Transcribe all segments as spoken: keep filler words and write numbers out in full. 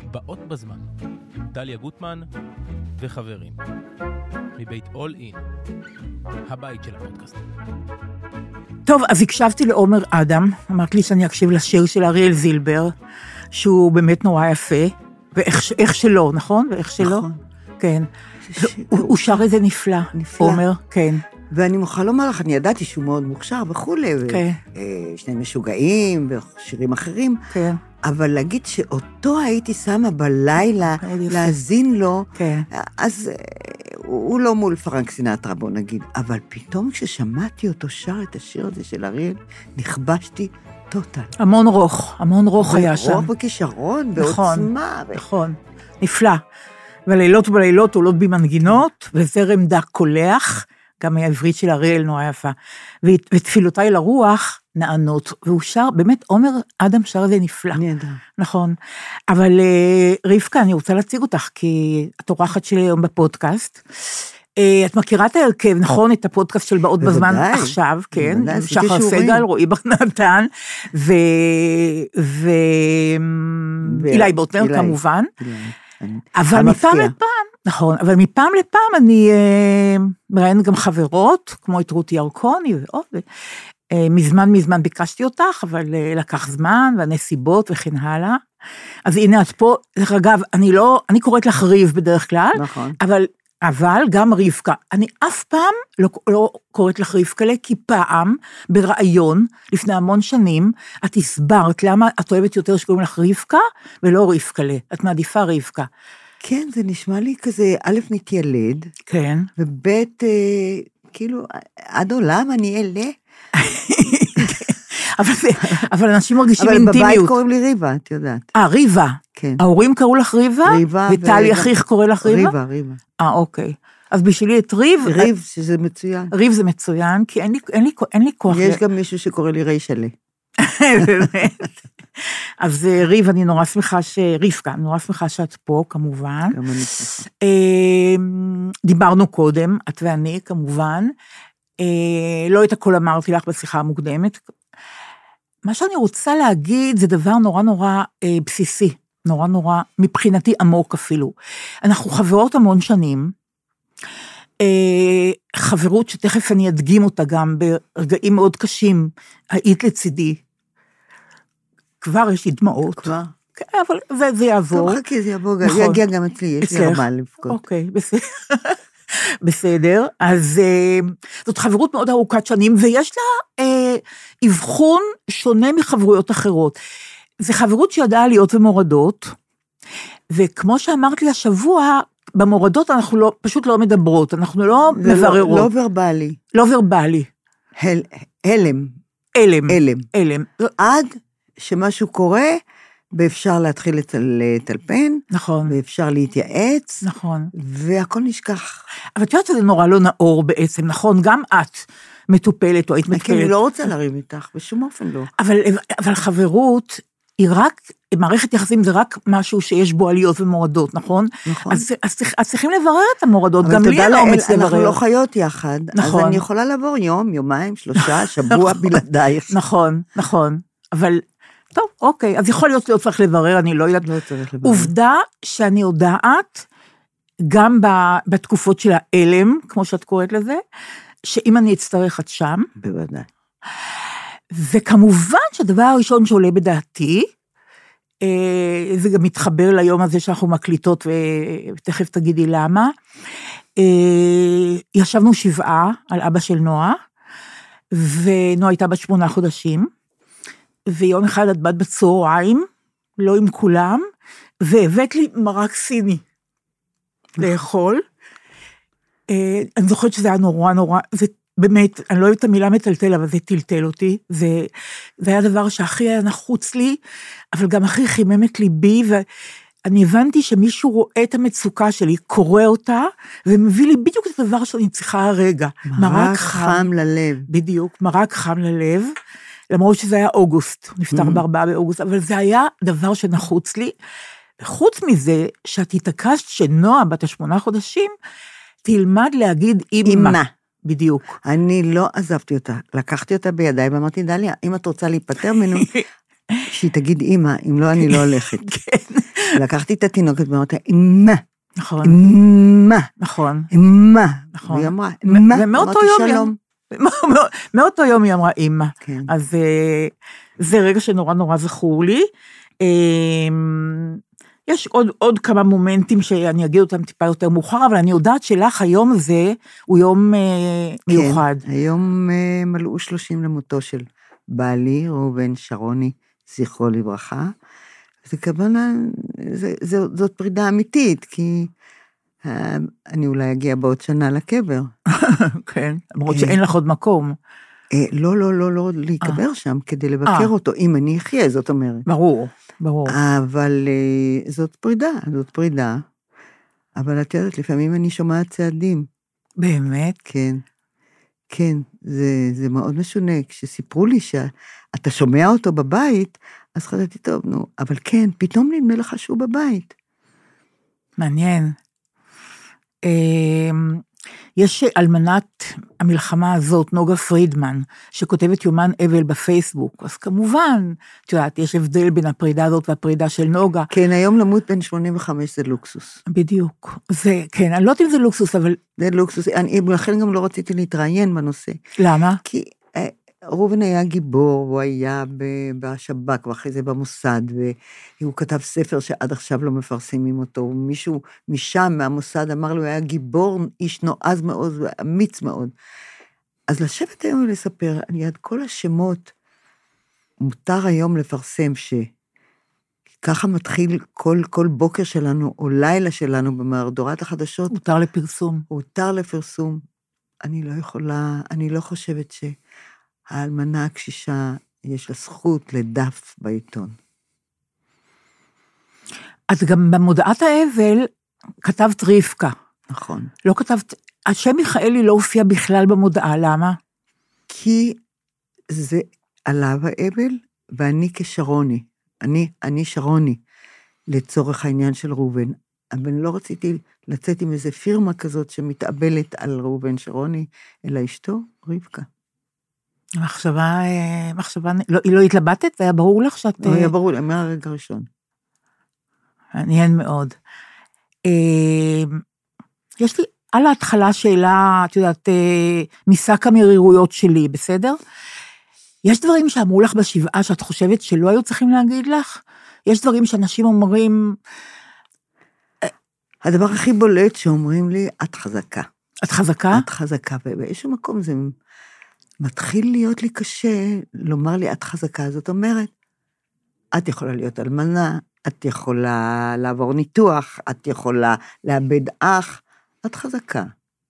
באות בזמן, דליה גוטמן וחברים, מבית אול אין, הבית של הפודקאסט. טוב, אז הקשבתי לעומר אדם, אמרת לי שאני אקשיב לשיר של אריאל זילבר, שהוא באמת נורא יפה, ואיך שלא, נכון? ואיך שלא? נכון. כן. הוא שר איזה נפלא, עומר, כן. ואני מוכרחה לומר לך, אני ידעתי שהוא מאוד מוכשר וכולי, כן. שני משוגעים ושירים אחרים, כן. אבל להגיד שאותו הייתי שמה בלילה להזין לו, כן. אז הוא לא מול פרנק סינטרה, בוא נגיד, אבל פתאום כששמעתי אותו שר את השיר הזה של אריאל, נכבשתי טוטל. המון רוח, המון רוח היה שם. רוח וכישרון, בעוצמה. נכון, נפלא. בלילות ובלילות עולות במנגינות, וזרם דק קולח, גם העברית של אריאל נורא יפה, ותפילותיי לרוח נענות, והוא שר, באמת עומר אדם שר זה נפלא. אני יודע. נכון. אבל רבקה, אני רוצה להציג אותך, כי את אורחת שלי היום בפודקאסט, את מכירה את ההרכב, נכון? את הפודקאסט של באות בזמן עכשיו, כן? שחר סגל, רועי בר נתן, ואילי בוטנר כמובן, אבל מפעם לפעם, נכון, אבל מפעם לפעם אני מראיינת גם חברות, כמו את רותי ירקוני ועוד, מזמן מזמן ביקשתי אותך, אבל לקח זמן, והנסיבות וכן הלאה. אז הנה את פה, דרך אגב, אני לא, אני קוראת לך ריב בדרך כלל, נכון. אבל, אבל גם רבקה. אני אף פעם לא, לא קוראת לך רבקה, כי פעם, ברעיון, לפני המון שנים, את הסברת למה את אוהבת יותר שקוראים לך רבקה, ולא רבקה, את מעדיפה רבקה. כן, זה נשמע לי כזה, א' מתיילד, כן. וב' אה, כאילו, עד עולם אני אלה. אבל, אבל אנשים מרגישים אינטימיות. אבל בבית קוראים לי ריבה, את יודעת. אה, ריבה. כן. ההורים קראו לך ריבה? ריבה. וטלי אחיך קורא לך ריבה? ריבה, ריבה. אה, אוקיי. אז בשבילי את ריב... ריב, שזה מצוין. ריב זה מצוין, כי אין לי, אין לי, אין לי כוח... יש גם מישהו שקורא לי רישלה. באמת. אז ריב, אני נורא שמחה ש... רבקה, אני נורא שמחה שאת פה, כמובן. גם אני שמחה. דיברנו קודם, את ואני, כמובן. לא את הכל אמרתי לך בשיחה המוקדמת. מה שאני רוצה להגיד, זה דבר נורא נורא בסיסי, נורא נורא, מבחינתי עמוק אפילו. אנחנו חברות המון שנים, חברות שתכף אני אדגים אותה גם, ברגעים מאוד קשים, היית לצידי, כבר יש לי דמעות. כבר? כן, אבל זה, זה יעבור. טוב, חכי, זה יעבור, זה יגיע גם אצלי, יש לי הרבה לבכות. אוקיי, בסדר. בסדר, אז זאת חברות מאוד ארוכת שנים, ויש לה אבחון שונה מחברויות אחרות. זה חברות שידעה להיות במורדות, וכמו שאמרת לי השבוע, במורדות אנחנו לא, פשוט לא מדברות, אנחנו לא מבררות. לא, לא ורבלי. לא ורבלי. הל, הלם. אלם. אלם. אלם. עד שמשהו קורה, ואפשר להתחיל לטלפן, נכון. ואפשר להתייעץ, נכון. והכל נשכח. אבל את יודעת שזה נורא לא נאור בעצם, נכון? גם את מטופלת או היית מטופלת. כי אני לא רוצה להרים איתך, בשום אופן לא. אבל, אבל חברות היא רק, מערכת יחסים זה רק משהו שיש בו עליות ומורדות, נכון? נכון. אז, אז, אז צריכים לברר את המורדות, גם לי אין אומץ לברר. אנחנו לא חיות יחד, נכון. אז אני יכולה לעבור יום, יומיים, שלושה, שבוע בלעדייך. נכון, נכון. אבל... טוב, אוקיי, אז יכול להיות לא צריך לברר, אני לא יודעת. לא צריך לברר. עובדה שאני יודעת, גם בתקופות של האלם, כמו שאת קוראת לזה, שאם אני אצטרך את שם, בוודאי. וכמובן שהדבר הראשון שעולה בדעתי, זה גם מתחבר ליום הזה שאנחנו מקליטות, ותכף תגידי למה, ישבנו שבעה על אבא של נועה, ונועה הייתה בת שמונה חודשים, ויום אחד את בת בצהריים, לא עם כולם, והבאת לי מרק סיני לאכול. אני זוכרת שזה היה נורא נורא, זה באמת, אני לא אוהבת את המילה מטלטל, אבל זה טלטל אותי, זה, זה היה דבר שהכי היה נחוץ לי, אבל גם הכי חימם את ליבי, ואני הבנתי שמישהו רואה את המצוקה שלי, קורא אותה, ומביא לי בדיוק את הדבר שאני צריכה הרגע. מרק, מרק חם, חם ללב. בדיוק, מרק חם ללב, למרות שזה היה אוגוסט, נפטר mm-hmm. בארבעה באוגוסט, אבל זה היה דבר שנחוץ לי. חוץ מזה, שאת התעקשת שנועה בת השמונה חודשים, תלמד להגיד אימא. אימא. בדיוק. אני לא עזבתי אותה, לקחתי אותה בידיי, ואמרתי, דליה, אם את רוצה להיפטר ממנו, שהיא תגיד אימא, אם לא, אני לא הולכת. כן. לקחתי את התינוקת ואמרתי, אמא, נכון. אמא, נכון. אמא. נכון. והיא אמרה, אמא, ומאותו אמרתי יום, שלום. מאותו יום היא אמרה אמא. כן. אז זה רגע שנורא נורא זכור לי. יש עוד, עוד כמה מומנטים שאני אגיד אותם טיפה יותר מאוחר, אבל אני יודעת שלך היום הזה הוא יום אה, מיוחד. כן, היום אה, מלאו שלושים למותו של בעלי, ראובן שרוני, זכרו לברכה. זה כוונה, זה, זה, זאת פרידה אמיתית, כי אה, אני אולי אגיע בעוד שנה לקבר. כן, למרות שאין לך עוד מקום. אה, לא, לא, לא, לא להיקבר שם, כדי לבקר אותו, אם אני אחיה, זאת אומרת. ברור, ברור. אבל אה, זאת פרידה, זאת פרידה, אבל את יודעת, לפעמים אני שומעת צעדים. באמת? כן, כן, זה, זה מאוד משונה. כשסיפרו לי שאתה שומע אותו בבית, אז חשבתי, טוב, נו, אבל כן, פתאום נדמה לך שהוא בבית. מעניין. יש אלמנת המלחמה הזאת, נוגה פרידמן, שכותבת יומן אבל בפייסבוק, אז כמובן, את יודעת, יש הבדל בין הפרידה הזאת והפרידה של נוגה. כן, היום למות בין שמונים וחמש זה לוקסוס. בדיוק. זה, כן, אני לא יודעת אם זה לוקסוס, אבל... זה לוקסוס, אני לכן גם לא רציתי להתראיין בנושא. למה? כי אה, ראובן היה גיבור, הוא היה בשב"כ, ואחרי זה במוסד, והוא כתב ספר שעד עכשיו לא מפרסמים אותו, מישהו משם, מהמוסד, אמר לו, הוא היה גיבור, איש נועז מאוד, אמיץ מאוד. אז לשבת היום ולספר, אני עד כל השמות, מותר היום לפרסם שככה מתחיל כל, כל בוקר שלנו, או לילה שלנו, במהדורת החדשות. מותר לפרסום. מותר לפרסום. אני לא יכולה, אני לא חושבת ש... האלמנה הקשישה, יש לה זכות לדף בעיתון. אז גם במודעת האבל, כתבת רבקה. נכון. לא כתבת, השם מיכאלי לא הופיע בכלל במודעה, למה? כי זה עליו האבל, ואני כשרוני, אני, אני שרוני, לצורך העניין של ראובן, אבל לא רציתי לצאת עם איזה פירמה כזאת, שמתאבלת על ראובן שרוני, אלא אשתו, רבקה. מחשבה, מחשבה, לא, לא התלבטת? זה היה ברור לך שאת... לא היה ברור, מהרגע הראשון. מעניין מאוד. יש לי על ההתחלה שאלה, את יודעת, משק המרירויות שלי, בסדר? יש דברים שאמרו לך בשבעה, שאת חושבת שלא היו צריכים להגיד לך? יש דברים שאנשים אומרים... הדבר הכי בולט שאומרים לי, את חזקה. את חזקה? את חזקה, ובאיזשהו מקום זה... מתחיל להיות לי קשה לומר לי, את חזקה, זאת אומרת, את יכולה להיות אלמנה, את יכולה לעבור ניתוח, את יכולה לאבד אח, את חזקה.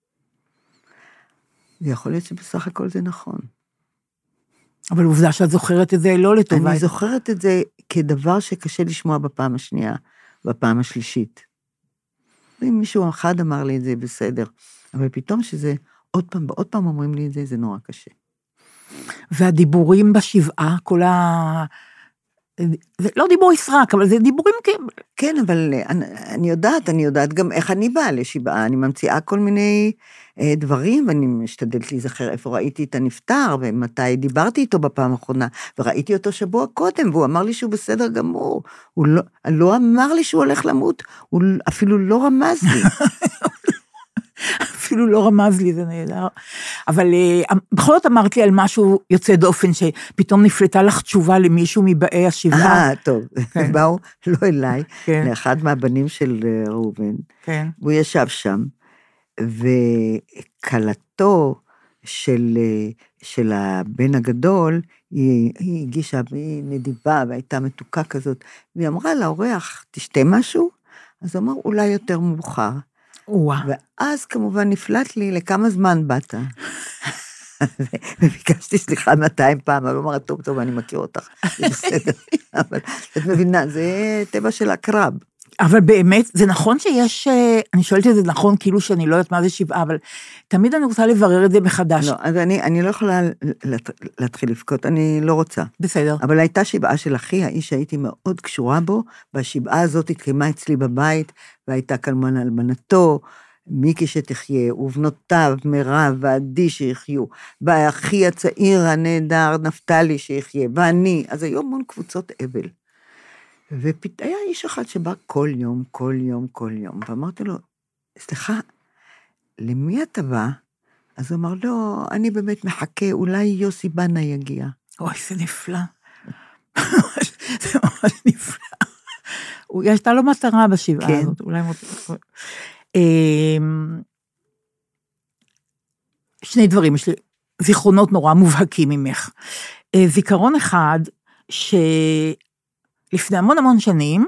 ויכול להיות שבסך הכל זה נכון. אבל עובדה שאת זוכרת את זה לא לטובה. אני זוכרת את זה כדבר שקשה לשמוע בפעם השנייה, בפעם השלישית. אם מישהו אחד אמר לי את זה, בסדר. אבל פתאום שזה עוד פעם, עוד פעם אומרים לי את זה, זה נורא קשה. והדיבורים בשבעה, כל ה... זה לא דיבור ישרק, אבל זה דיבורים כ... כן, אבל אני, אני יודעת, אני יודעת גם איך אני באה לשבעה, אני ממציאה כל מיני אה, דברים, ואני משתדלת להיזכר איפה ראיתי את הנפטר, ומתי דיברתי איתו בפעם האחרונה, וראיתי אותו שבוע קודם, והוא אמר לי שהוא בסדר גמור, הוא לא, לא אמר לי שהוא הולך למות, הוא אפילו לא רמז לי. אפילו לא רמז לי, זה נהדר. אבל בכל זאת אמרת לי על משהו יוצא דופן, שפתאום נפלטה לך תשובה למישהו מבאי השבעה. אה, טוב. באו לא אליי, לאחד מהבנים של ראובן. כן. והוא ישב שם, וקלתו של, של הבן הגדול, היא, היא הגישה, היא נדיבה, והייתה מתוקה כזאת, והיא אמרה לאורח, תשתה משהו? אז הוא אמר, אולי יותר מאוחר. ואז כמובן נפלט לי לכמה זמן באת. וביקשתי סליחה מאתיים פעם, אבל הוא אמר, טוב, טוב, אני מכיר אותך, זה בסדר. אבל את מבינה, זה טבע של הקרב. אבל באמת, זה נכון שיש, אני שואלת את זה נכון, כאילו שאני לא יודעת מה זה שבעה, אבל תמיד אני רוצה לברר את זה מחדש. לא, אז אני, אני לא יכולה להתחיל לבכות, אני לא רוצה. בסדר. אבל הייתה שבעה של אחי, האיש שהייתי מאוד קשורה בו, והשבעה הזאת התקיימה אצלי בבית, והייתה כמובן אלמנתו, מיקי שתחיה, ובנותיו, מירב ועדי שיחיו, והאחי הצעיר הנהדר, נפתלי שיחיה, ואני, אז היו המון קבוצות אבל. והיה איש אחד שבא כל יום, כל יום, כל יום, ואמרתי לו, סליחה, למי אתה בא? אז הוא אמר, לא, אני באמת מחכה, אולי יוסי בנה יגיע. אוי, זה נפלא. זה ממש נפלא. הייתה לו מטרה בשבעה כן. הזאת, אולי מות... שני דברים, יש לי זיכרונות נורא מובהקים ממך. זיכרון אחד, שלפני המון המון שנים,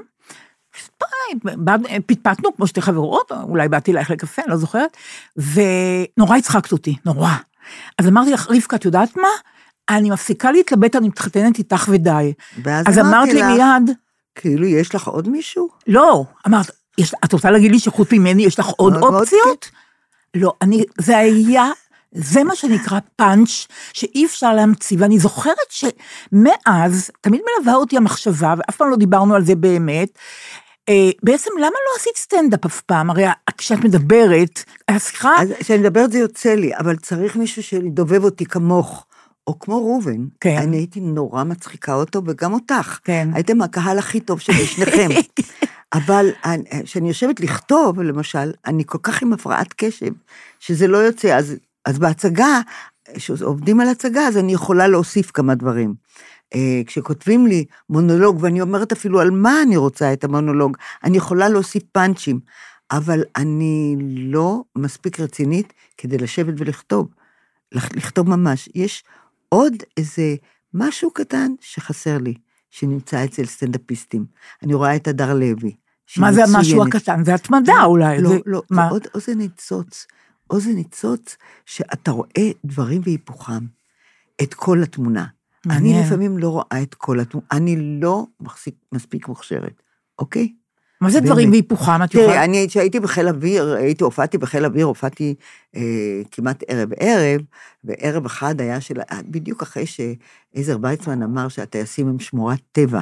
פטפטנו כמו שתי חברות, אולי באתי לך לקפה, אני לא זוכרת, ונורא הצחקת אותי, נורא. אז אמרתי לך, רבקה, את יודעת מה? אני מפסיקה להתלבט, אני מתחתנת איתך ודי. אז אמרת לי מיד... כאילו, יש לך עוד מישהו? לא, אמרת, את רוצה להגיד לי שחוץ ממני יש לך עוד אופציות? לא, אני, זה היה... זה מה שנקרא פאנץ' שאי אפשר להמציא, ואני זוכרת שמאז, תמיד מלווה אותי המחשבה, ואף פעם לא דיברנו על זה באמת, אה, בעצם למה לא עשית סטנדאפ אף פעם? הרי כשאת מדברת, השיחה... אז כשאני מדברת זה יוצא לי, אבל צריך מישהו שדובב אותי כמוך, או כמו רובן, כן. אני הייתי נורא מצחיקה אותו, וגם אותך. כן. הייתם הקהל הכי טוב של שניכם. אבל כשאני יושבת לכתוב, למשל, אני כל כך עם הפרעת קשב, שזה לא יוצא, אז... אז בהצגה, כשעובדים על הצגה, אז אני יכולה להוסיף כמה דברים. כשכותבים לי מונולוג, ואני אומרת אפילו על מה אני רוצה את המונולוג, אני יכולה להוסיף פאנצ'ים, אבל אני לא מספיק רצינית כדי לשבת ולכתוב. לכתוב ממש. יש עוד איזה משהו קטן שחסר לי, שנמצא אצל סטנדאפיסטים. אני רואה את הדר לוי. מה זה המשהו הקטן? זה התמדה אולי. לא, לא, זה עוד אוזן ניצוץ. אוזן ניצוץ שאתה רואה דברים והיפוכם, את כל התמונה. אני לפעמים לא רואה את כל התמונה, אני לא מספיק מוכשרת, אוקיי? מה זה דברים והיפוכם? תראי, אני שהייתי בחיל אוויר, הייתי, הופעתי בחיל אוויר, הופעתי כמעט ערב ערב, וערב אחד היה של, בדיוק אחרי שעזר ויצמן אמר שהטייסים הם שמורת טבע,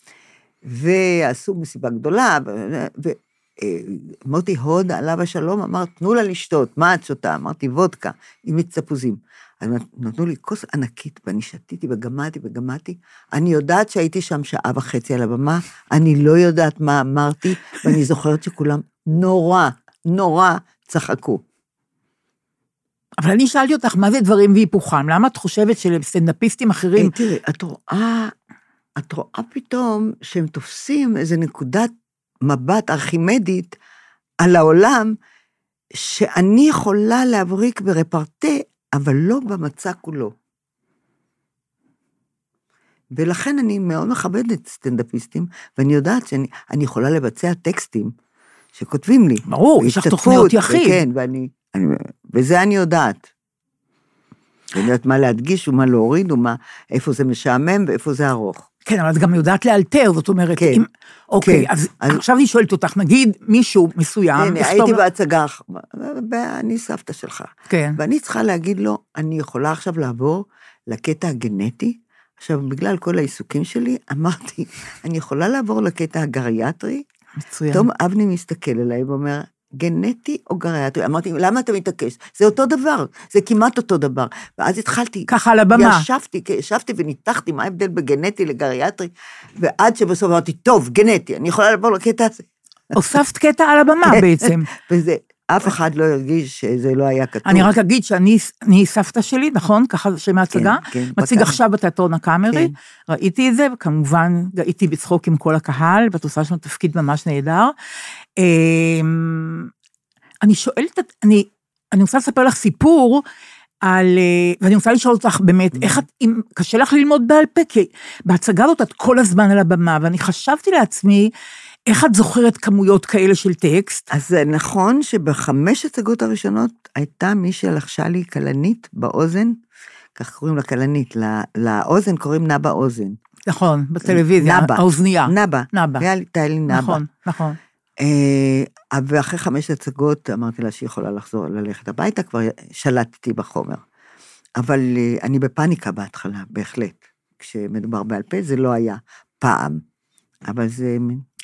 ועשו מסיבה גדולה, ו... מוטי הוד עליו השלום, אמר, תנו לה לשתות, מה את שותה? אמרתי, וודקה, עם מיץ תפוזים. אז נתנו לי כוס ענקית, ואני שתיתי וגמעתי וגמעתי, אני יודעת שהייתי שם שעה וחצי על הבמה, אני לא יודעת מה אמרתי, ואני זוכרת שכולם נורא, נורא צחקו. אבל אני שאלתי אותך, מה זה דברים והיפוכם? למה את חושבת שלסטנדאפיסטים אחרים... תראי, את רואה, את רואה פתאום שהם תופסים איזה נקודת מבט ארכימדית על העולם, שאני יכולה להבריק ברפרטה, אבל לא במצע כולו. ולכן אני מאוד מכבדת סטנדאפיסטים, ואני יודעת שאני אני יכולה לבצע טקסטים שכותבים לי. ברור, יש לך תוכניות יחיד. כן, ואני, אני, וזה אני יודעת. אני יודעת מה להדגיש ומה להוריד, ומה, איפה זה משעמם ואיפה זה ארוך. כן, אבל את גם יודעת לאלתר, זאת אומרת, כן, אם, אוקיי, כן, אז, אז עכשיו אני שואלת אותך, נגיד מישהו מסוים, הנה, הייתי בהצגה, ואני סבתא שלך, כן. ואני צריכה להגיד לו, אני יכולה עכשיו לעבור לקטע הגנטי, עכשיו בגלל כל העיסוקים שלי, אמרתי, אני יכולה לעבור לקטע הגריאטרי, מצוין. תום אבני מסתכל אליי ואומר, גנטי או גריאטרי? אמרתי, למה אתה מתעקש? זה אותו דבר, זה כמעט אותו דבר. ואז התחלתי, ככה על הבמה. ישבתי, ישבתי וניתחתי מה ההבדל בגנטי לגריאטרי, ועד שבסוף אמרתי, טוב, גנטי, אני יכולה לעבור לקטע הזה. הוספת קטע על הבמה בעצם. וזה, אף אחד לא הרגיש שזה לא היה כתוב. אני רק אגיד שאני סבתא שלי, נכון? ככה שם ההצגה. מציג עכשיו בתיאטרון הקאמרי, ראיתי את זה, וכמובן הייתי בצחוק עם כל הקהל, ואת עושה שם תפקיד ממש נהדר. אני שואלת, אני, אני רוצה לספר לך סיפור, על, ואני רוצה לשאול אותך באמת, איך את, אם קשה לך ללמוד בעל פה, כי בהצגה הזאת את כל הזמן על הבמה, ואני חשבתי לעצמי, איך את זוכרת כמויות כאלה של טקסט? אז זה נכון שבחמש הצגות הראשונות, הייתה מי שלחשה לי קלנית באוזן, כך קוראים לה קלנית, לא, לאוזן קוראים נבא אוזן. נכון, בטלוויזיה, נבא, האוזנייה. נבא, נבא. היה לי תאלי נבא. נכון, נכון. ואחרי חמש הצגות אמרתי לה שהיא יכולה לחזור ללכת הביתה, כבר שלטתי בחומר. אבל אני בפניקה בהתחלה, בהחלט. כשמדובר בעל פה, זה לא היה פעם. אבל זה...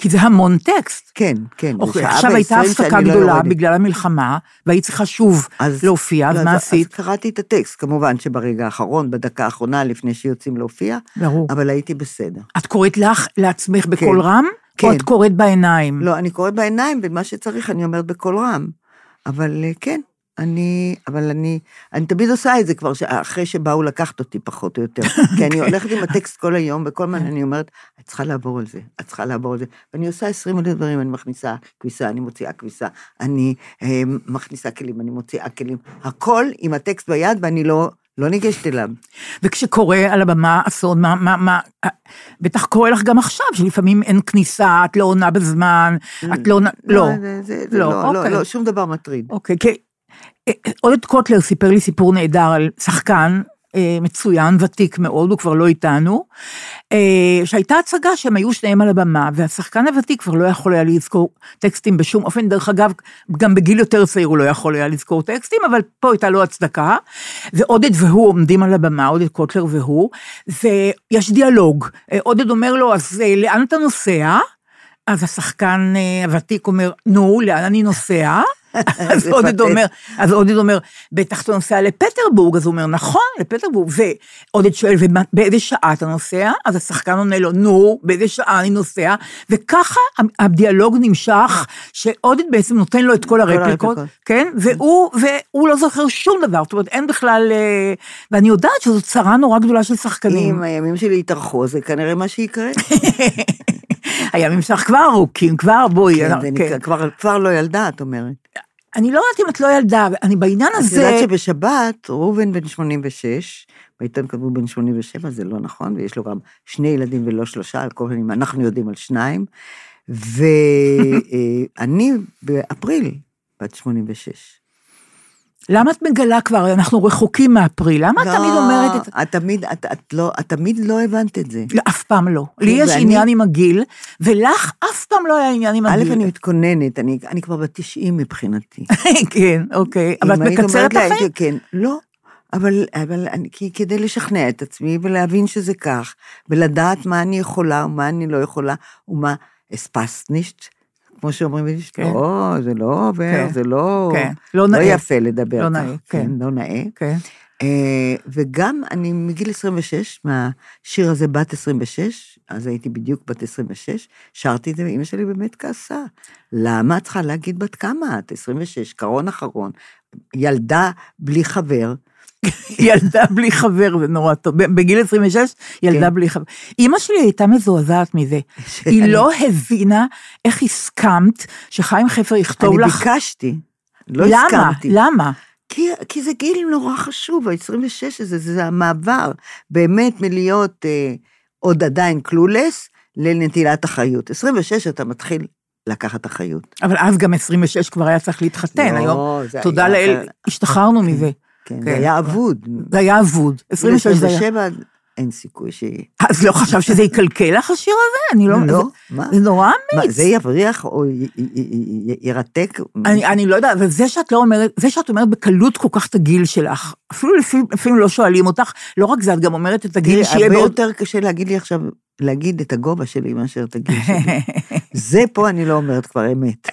כי זה המון טקסט. כן, כן. אוקיי, עכשיו הייתה הפסקה גדולה בגלל המלחמה, והיית צריכה שוב להופיע, אז מה עשית? אז קראתי את הטקסט, כמובן שברגע האחרון, בדקה האחרונה, לפני שיוצאים להופיע, אבל הייתי בסדר. את קוראת לך לעצמך בקול רם? כן. או את קוראת בעיניים? לא, אני קוראת בעיניים, ומה שצריך אני אומרת בקול רם. אבל כן, אני, אבל אני, אני תמיד עושה את זה כבר, אחרי שבאו לקחת אותי פחות או יותר, כי אני הולכת עם הטקסט כל היום, וכל מה אני אומרת, את צריכה לעבור על זה, את צריכה לעבור על זה, ואני עושה עשרים אלף דברים, אני מכניסה כביסה, אני מוציאה כביסה, אני אה, מכניסה כלים, אני מוציאה כלים, הכל עם הטקסט ביד, ואני לא, לא ניגשת אליו. וכשקורה על הבמה אסון, מה, מה, מה, בטח קורה לך גם עכשיו, שלפעמים אין כניסה, את לא עונה בזמן, את לא, לא, לא, לא, לא, שום דבר מטריד. אוקיי, כי עודד קוטלר סיפר לי סיפור נהדר על שחקן מצוין, ותיק מאוד, הוא כבר לא איתנו, שהייתה הצגה שהם היו שניהם על הבמה, והשחקן הוותיק כבר לא יכול היה לזכור טקסטים בשום אופן, דרך אגב, גם בגיל יותר צעיר הוא לא יכול היה לזכור טקסטים, אבל פה הייתה לו הצדקה, ועודד והוא עומדים על הבמה, עודד קוטלר והוא, ויש דיאלוג, עודד אומר לו, אז לאן אתה נוסע? אז השחקן הוותיק אומר, נו, לאן אני נוסע? אז עודד אומר, אז עודד אומר, בטח אתה נוסע לפטרבורג, אז הוא אומר, נכון, לפטרבורג, ועודד שואל, באיזה שעה אתה נוסע? אז השחקן עונה לו, נו, באיזה שעה אני נוסע? וככה הדיאלוג נמשך, שעודד בעצם נותן לו את כל הרפליקות, כן? והוא לא זוכר שום דבר, זאת אומרת, אין בכלל, ואני יודעת שזו צרה נורא גדולה של שחקנים. אם הימים שלי יתארחו, זה כנראה מה שיקרה. הימים שלך כבר ארוכים, כבר בואי. כן, כבר לא ילדה, את אומרת. אני לא יודעת אם את לא ילדה, אני בעניין הזה... את יודעת שבשבת, ראובן בן שמונים ושש, בעיתון כתבו בן שמונים ושבע, זה לא נכון, ויש לו גם שני ילדים ולא שלושה, על כל מיני, אנחנו יודעים על שניים, ואני באפריל, בת שמונים ושש. למה את מגלה כבר, אנחנו רחוקים מאפריל, למה את תמיד אומרת את... את תמיד, את, את לא, את תמיד לא הבנת את זה. לא, אף פעם לא. לי יש עניין עם הגיל, ולך אף פעם לא היה עניין עם הגיל. א', אני מתכוננת, אני, אני כבר בתשעים מבחינתי. כן, אוקיי. אבל את מקצרת את החיים? כן, לא. אבל, אבל אני, כדי לשכנע את עצמי, ולהבין שזה כך, ולדעת מה אני יכולה, ומה אני לא יכולה, ומה אספסנישט, כמו שאומרים, לא, זה לא עובר, זה לא יפה לדבר כך, לא נאה. וגם אני מגיל עשרים ושש, מהשיר הזה בת עשרים ושש, אז הייתי בדיוק בת עשרים ושש, שרתי את זה, ואמא שלי באמת כעסה. למה צריכה להגיד בת כמה? את עשרים ושש, קרון אחרון, ילדה בלי חבר, ילדה בלי חבר, זה נורא טוב. בגיל עשרים ושש, ילדה בלי חבר. אמא שלי הייתה מזועזעת מזה. היא לא הבינה איך הסכמת שחיים חפר יכתוב לך... אני ביקשתי, לא הסכמתי. למה? כי, כי זה גיל נורא חשוב, ה-עשרים ושש הזה, זה המעבר, באמת מלהיות אה, עוד עדיין קלולס, לנטילת החיות. עשרים ושש אתה מתחיל לקחת החיות. אבל אז גם עשרים ושש כבר היה צריך להתחתן, היום, תודה לאל, השתחררנו מזה. כן, זה היה אבוד. זה היה אבוד. עשרים ושש זה היה... אין סיכוי שהיא... אז לא חשב שזה יקלקל לך השיר הזה? אני לא... לא, מה? זה נורא אמיץ. זה יבריח או ירתק? אני לא יודעת, אבל זה שאת לא אומרת, זה שאת אומרת בקלות כל כך את הגיל שלך, אפילו לפעמים לא שואלים אותך, לא רק זה, את גם אומרת את הגיל שיהיה מאוד... הרבה יותר קשה להגיד לי עכשיו, להגיד את הגובה שלי מאשר את הגיל שלי. זה פה אני לא אומרת כבר אמת.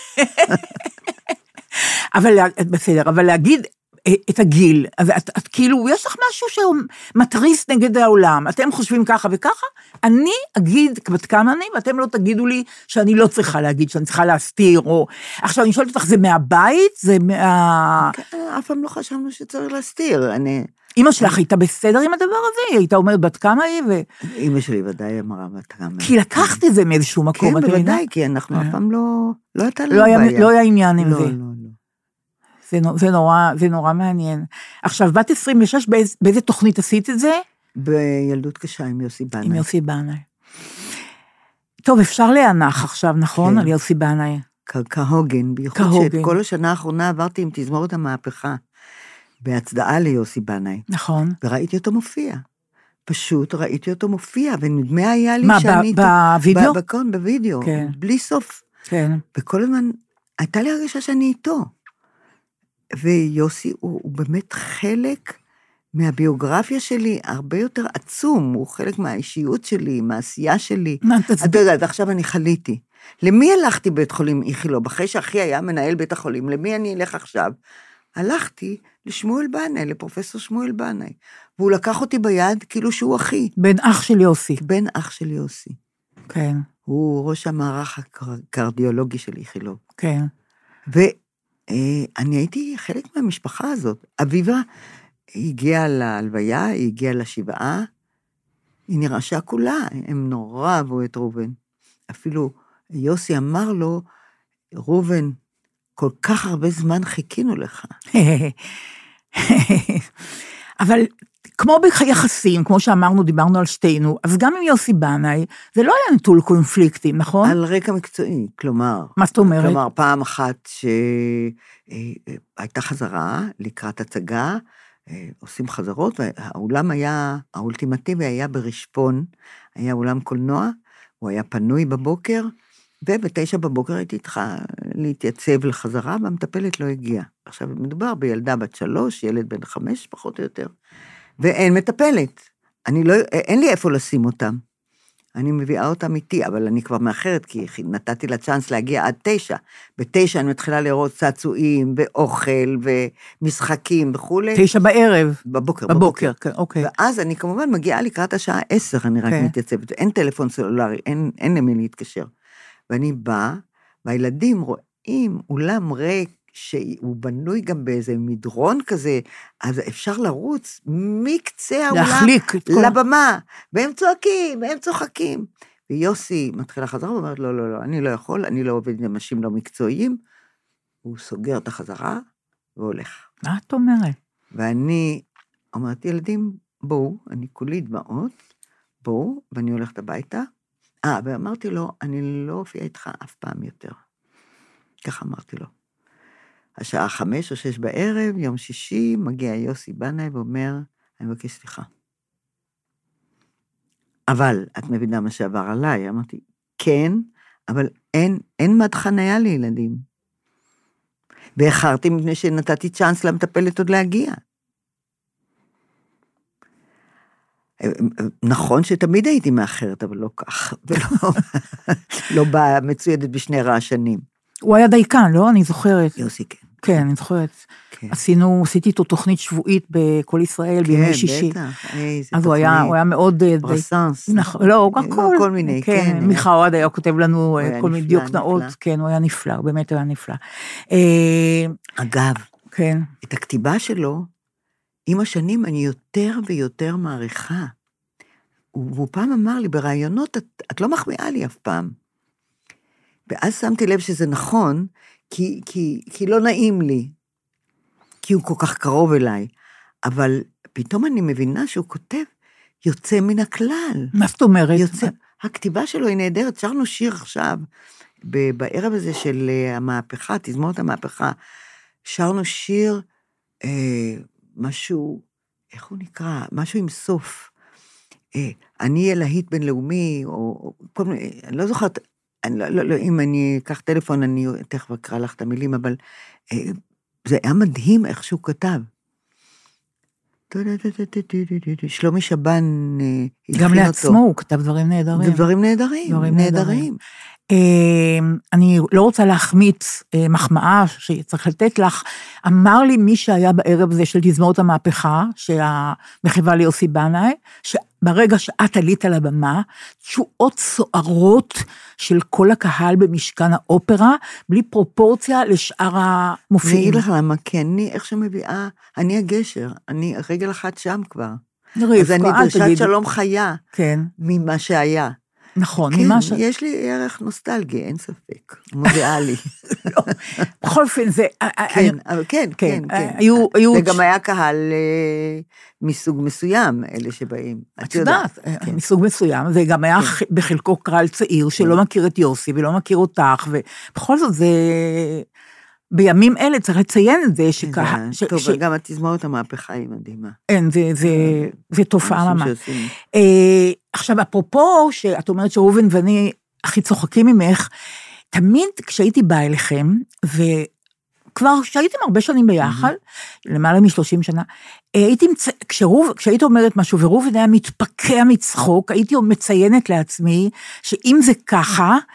אבל בסדר, אבל להגיד... את הגיל, אז את, את כאילו, יש לך משהו שהוא מטריס נגד העולם, אתם חושבים ככה וככה, אני אגיד בת כמה אני, ואתם לא תגידו לי שאני לא צריכה להגיד, שאני צריכה להסתיר, או... עכשיו אני שואלת אותך, זה מהבית? זה מה... אף פעם לא חשבנו שצריך להסתיר, אני... אמא שלך הייתה בסדר עם הדבר הזה? היא הייתה אומרת בת כמה היא? ו... אמא שלי ודאי אמרה בת כמה. כי לקחת את זה מאיזשהו מקום. כן, בוודאי, כי אנחנו אף פעם לא... לא הייתה לנו בעיה. לא היה עניין עם זה. לא, לא, לא. זה, זה נורא, זה נורא מעניין. עכשיו, בת עשרים ושש, באיז, באיזה תוכנית עשית את זה? בילדות קשה עם יוסי בנאי. עם יוסי בנאי. טוב, אפשר להנח עכשיו, נכון? כן. על יוסי בנאי. כהוגן, בייחוד שאת כל השנה האחרונה עברתי עם תזמורת המהפכה, בהצדעה ליוסי בנאי. נכון. וראיתי אותו מופיע. פשוט ראיתי אותו מופיע, ונדמה היה לי מה, שאני... מה, בווידאו? בקון, בווידאו. כן. בלי סוף. כן. וכל הזמן, הייתה לי הרגשה שאני איתו. ויוסי הוא, הוא באמת חלק מהביוגרפיה שלי, הרבה יותר עצום, הוא חלק מהאישיות שלי, מהעשייה שלי. מה, תצביע? את יודעת, עכשיו אני חליתי. למי הלכתי בית חולים איכילוב? אחרי שאחי היה מנהל בית החולים, למי אני אלך עכשיו? הלכתי לשמואל בנאי, לפרופסור שמואל בנאי, והוא לקח אותי ביד כאילו שהוא אחי. בן אח של יוסי. בן אח של יוסי. כן. הוא ראש המערך הקרדיולוגי של איכילוב. כן. ואני הייתי חלק מהמשפחה הזאת. אביבה הגיעה להלוויה, היא הגיעה לשבעה, היא נרעשה כולה, הם נורא אהבו את ראובן. אפילו יוסי אמר לו, ראובן, כל כך הרבה זמן חיכינו לך. אבל כמו ביחסים, כמו שאמרנו, דיברנו על שתינו, אז גם עם יוסי בנאי, זה לא היה נטול קונפליקטים, נכון? על רקע מקצועי, כלומר. מה זאת אומרת? כלומר, פעם אחת שהייתה חזרה לקראת הצגה, עושים חזרות, והאולם היה, האולטימטיבי היה ברשפון, היה אולם קולנוע, הוא היה פנוי בבוקר, ובתשע בבוקר הייתי איתך להתייצב לחזרה, והמטפלת לא הגיעה. עכשיו, מדובר בילדה בת שלוש, ילד בן חמש, פחות או יותר, ואין מטפלת. אני לא, אין לי איפה לשים אותם. אני מביאה אותם איתי, אבל אני כבר מאחרת, כי נתתי לה צ'אנס להגיע עד תשע. בתשע אני מתחילה לראות צעצועים, ואוכל, ומשחקים וכו'. תשע בערב. בבוקר. בבוקר, כן, אוקיי. ואז אני כמובן מגיעה לקראת השעה עשר, אני רק מתייצבת. אין טלפון סלולרי, אין, אין למי להתקשר. ואני באה, והילדים רואים אולם ריק, שהוא בנוי גם באיזה מדרון כזה, אז אפשר לרוץ מקצה האולם להחליק לבמה, והם צועקים, והם צוחקים. ויוסי מתחילה חזרה, ואומרת, לא, לא, לא, אני לא יכול, אני לא עובד עם אנשים לא מקצועיים, הוא סוגר את החזרה, והולך. מה את אומרת? ואני אומרת, ילדים, בואו, אני כולי דמעות, בואו, ואני הולכת הביתה, אה, ואמרתי לו, אני לא אופיע איתך אף פעם יותר. ככה אמרתי לו. השעה חמש או שש בערב, יום שישי, מגיע יוסי בנאי ואומר, אני מבקש סליחה. אבל, את מבינה מה שעבר עליי? אמרתי, כן, אבל אין, אין מד חניה לילדים. ואחרתי מפני שנתתי צ'אנס למטפלת עוד להגיע. נכון שתמיד הייתי מאחרת, אבל לא כך, ולא לא באה מצוידת בשני רעשנים. הוא היה דייקן, לא? אני זוכרת. יוסי, כן. כן, אני זוכרת. כן. עשינו, עשיתי איתו תוכנית שבועית בכל ישראל, כן, בימי שישי. בטח, איזה אז תוכנית. הוא היה, הוא היה מאוד... ברסנס. נכון, לא, כל, כל, כל מיני, כן. כן. מיכה אוהד היה כותב לנו כל מיני דיוק נאות, נפלא. כן, הוא היה נפלא, הוא באמת היה נפלא. אגב, כן. את הכתיבה שלו, עם השנים אני יותר ויותר מעריכה. והוא פעם אמר לי, ברעיונות, את, את לא מחמיאה לי אף פעם. ואז שמתי לב שזה נכון, כי, כי, כי לא נעים לי, כי הוא כל כך קרוב אליי, אבל פתאום אני מבינה שהוא כותב, יוצא מן הכלל. מה זאת אומרת? יוצא, הכתיבה שלו היא נהדרת, שרנו שיר עכשיו, בערב הזה של המהפכה, תזמורת המהפכה, שרנו שיר, אה, משהו, איך הוא נקרא? משהו עם סוף. אה, אני אהיה להיט בינלאומי, או, או כל מיני, אני לא זוכרת, אני לא, לא, לא, אם אני אקח טלפון, אני תכף אקרא לך את המילים, אבל אה, זה היה מדהים איך שהוא כתב. שלומי שבן הלחין אותו. גם לעצמו הוא כתב דברים נהדרים. דברים נהדרים, דברים נהדרים. אני לא רוצה להחמיץ מחמאה שצריך לתת לך. אמר לי מי שהיה בערב הזה של תזמורת המהפכה, שהמחווה ליוסי בנאי, שברגע שאת עלית על הבמה, תשואות סוערות של כל הקהל במשכן האופרה, בלי פרופורציה לשאר המופיעים. אני אגיד לך למה, כי אני איך שמביאה, אני הגשר, אני רגל אחת שם כבר. אז אני דרשת שלום חיה, ממה שהיה. נכון, כן, ממש... יש לי ערך נוסטלגי, אין ספק, מודיעה לי. לא, בכל אופן זה... כן, אבל כן, כן, כן. היו... וגם היה קהל מסוג מסוים, אלה שבאים. את יודעת, מסוג מסוים, זה גם היה בחלקו קהל צעיר, שלא מכיר את יוסי, ולא מכיר אותך, ובכל זאת זה... בימים אלה צריך לציין את זה שקהל... טוב, וגם התזמורת המהפכה היא מדהימה. אין, זה תופעה ממש. עכשיו, אפרופו, שאת אומרת שראובן ואני הכי צוחקים ממך, תמיד כשהייתי באה אליכם, וכבר כשהייתם הרבה שנים ביחד, למעלה משלושים שנה, הייתי, כשהיית אומרת משהו, וראובן היה מתפקע מצחוק, הייתי מציינת לעצמי, שאם זה ככה,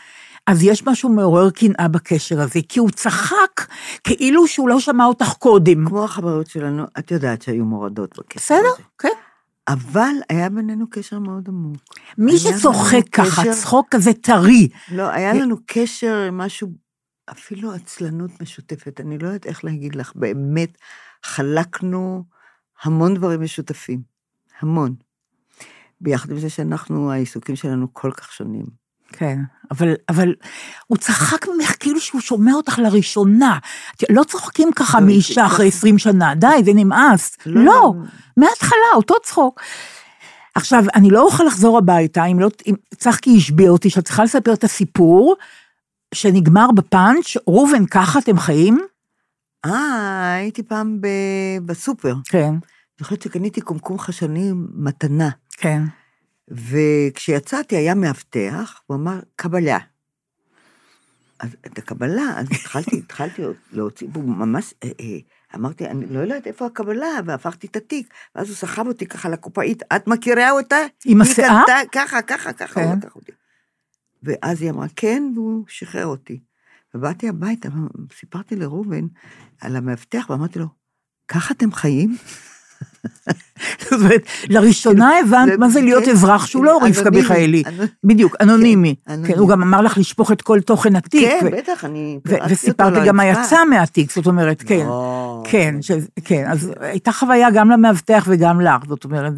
אז יש משהו מעורר קנאה בקשר הזה, כי הוא צחק כאילו שהוא לא שמע אותך קודם. כמו החברות שלנו, את יודעת שהיו מורדות בקשר בסדר, הזה. כן. אבל היה בינינו קשר מאוד עמוק. מי שצוחק ככה, קשר... צחוק כזה טרי. לא, היה לנו קשר, משהו, אפילו עצלנות משותפת, אני לא יודעת איך להגיד לך, באמת חלקנו המון דברים משותפים, המון. ביחד עם זה שאנחנו, העיסוקים שלנו כל כך שונים. כן, אבל, אבל הוא צחק ממך כאילו שהוא שומע אותך לראשונה. לא צוחקים ככה מאישה אחרי עשרים שנה, די, זה נמאס. לא, לא, מההתחלה, אותו צחוק. עכשיו, אני לא אוכל לחזור הביתה, אם לא, אם צחקי השביע אותי, שאת צריכה לספר את הסיפור, שנגמר בפאנץ', ראובן, ככה אתם חיים? אה, הייתי פעם בסופר. כן. אני חושבת שקניתי קומקום חשני מתנה. כן. וכשיצאתי היה מאבטח, הוא אמר, קבלה. אז את הקבלה, אז התחלתי, התחלתי להוציא, והוא ממש, אה, אה, אמרתי, אני לא יודעת איפה הקבלה, והפכתי את התיק, ואז הוא סחב אותי ככה לקופאית, את מכירה אותה? עם השיער? ככה, ככה, ככה, כן. הוא לקח אותי. ואז היא אמרה, כן, והוא שחרר אותי. ובאתי הביתה, סיפרתי לראובן על המאבטח, ואמרתי לו, ככה אתם חיים? זאת אומרת, לראשונה הבנת מה זה להיות אזרח שהוא לא רבקה מיכאלי. בדיוק, אנונימי. הוא גם אמר לך לשפוך את כל תוכן התיק. כן, בטח, אני... וסיפרתי גם מה יצא מהתיק, זאת אומרת, כן. כן, כן, אז הייתה חוויה גם למאבטח וגם לך, זאת אומרת,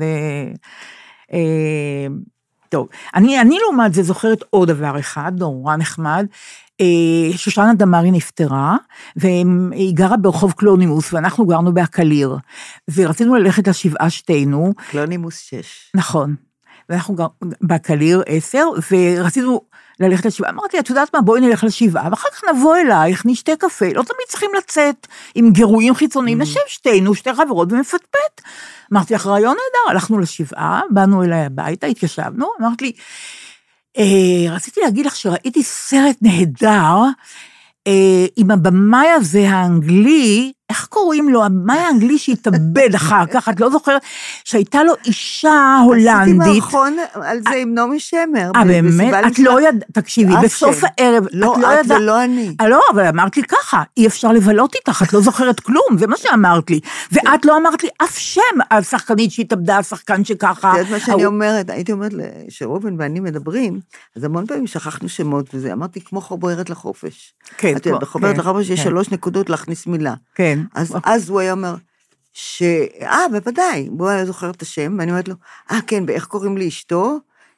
טוב. אני לעומת זה זוכרת עוד דבר אחד, נורא נחמד, שושנה דמרי נפטרה, והיא גרה ברחוב קלונימוס, ואנחנו גרנו בהקליר, ורצינו ללכת לשבעה שתינו. קלונימוס שש. נכון. ואנחנו גרנו בהקליר עשר, ורצינו ללכת לשבעה. אמרתי, את יודעת מה, בואי נלך לשבעה, ואחר כך נבוא אלייך, נשתה קפה, לא תמיד צריכים לצאת עם גירויים חיצוניים, נשב שתינו, שתי חברות ומפטפט. אמרתי לך, רעיון נהדר, הלכנו לשבעה, באנו אליי הביתה, התיישבנו, אמרת לי, אה, רציתי להגיד לך שראיתי סרט נהדר, אה, עם הבמאי הזה האנגלי, איך קוראים לו, הבמאי האנגלי שהתאבד אחר כך, את לא זוכרת, שהייתה לו אישה הולנדית. עשיתי מערכון על זה עם נעמי שמר. אה, באמת? את לא ידעת, תקשיבי, בסוף הערב, לא, את ולא אני. לא, אבל אמרת לי ככה, אי אפשר לבלות איתך, את לא זוכרת כלום, זה מה שאמרת לי. ואת לא אמרת לי אף שם, השחקנית שהתאבדה, השחקן שככה. זה את מה שאני אומרת, הייתי אומרת שרובן ואני מדברים, אז המון פעמים שכחנו שמות וזה, אמרתי כמו חוברת לחופש. כן. את יודעת, בחוברת לחופש יש שלוש נקודות להכניס מילה. כן. אז, אז הוא היה אומר, ש... אה, בוודאי, הוא היה זוכר את השם, ואני אומרת לו, אה, כן, ואיך קוראים לי אשתו?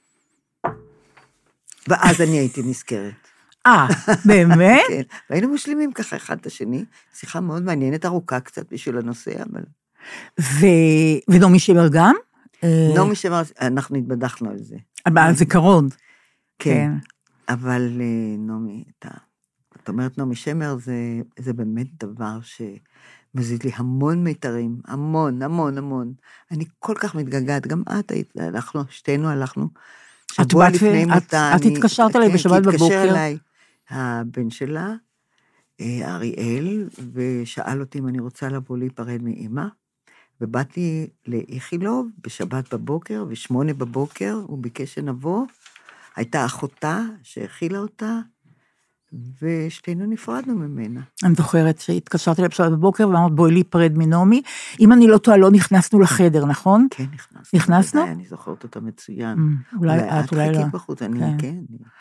ואז אני הייתי נזכרת. אה, באמת? כן, והיינו משלימים ככה אחד את השני, שיחה מאוד מעניינת, ארוכה קצת בשביל הנושא, אבל... ו... ונעמי שמר גם? נעמי שמר, אנחנו התבדחנו על זה. על זיכרון. כן, אבל נעמי, אתה... זאת אומרת, נעמי שמר זה, זה באמת דבר שמזיז לי המון מיתרים, המון, המון, המון. אני כל כך מתגעגעת, גם את היית, אנחנו, שתינו הלכנו, שבוע לפני מותה. את התקשרת אליי בשבת בבוקר. התקשר אליי הבן שלה, אריאל, ושאל אותי אם אני רוצה לבוא להיפרד מאמא, ובאתי לאיכילוב בשבת בבוקר, ושמונה בבוקר, הוא ביקש שנבוא, הייתה אחותה שהכילה אותה, ושתינו נפרדנו ממנה. אני זוכרת שהתקשרתי לה בשבת בבוקר, ואמרת בואי להיפרד מנעמי, אם אני לא טועה, לא נכנסנו לחדר, נכון? כן, נכנסנו. נכנסנו? אני זוכרת אותה מצוין. אולי את, אולי לא. את חיכית בחוץ, אני כן.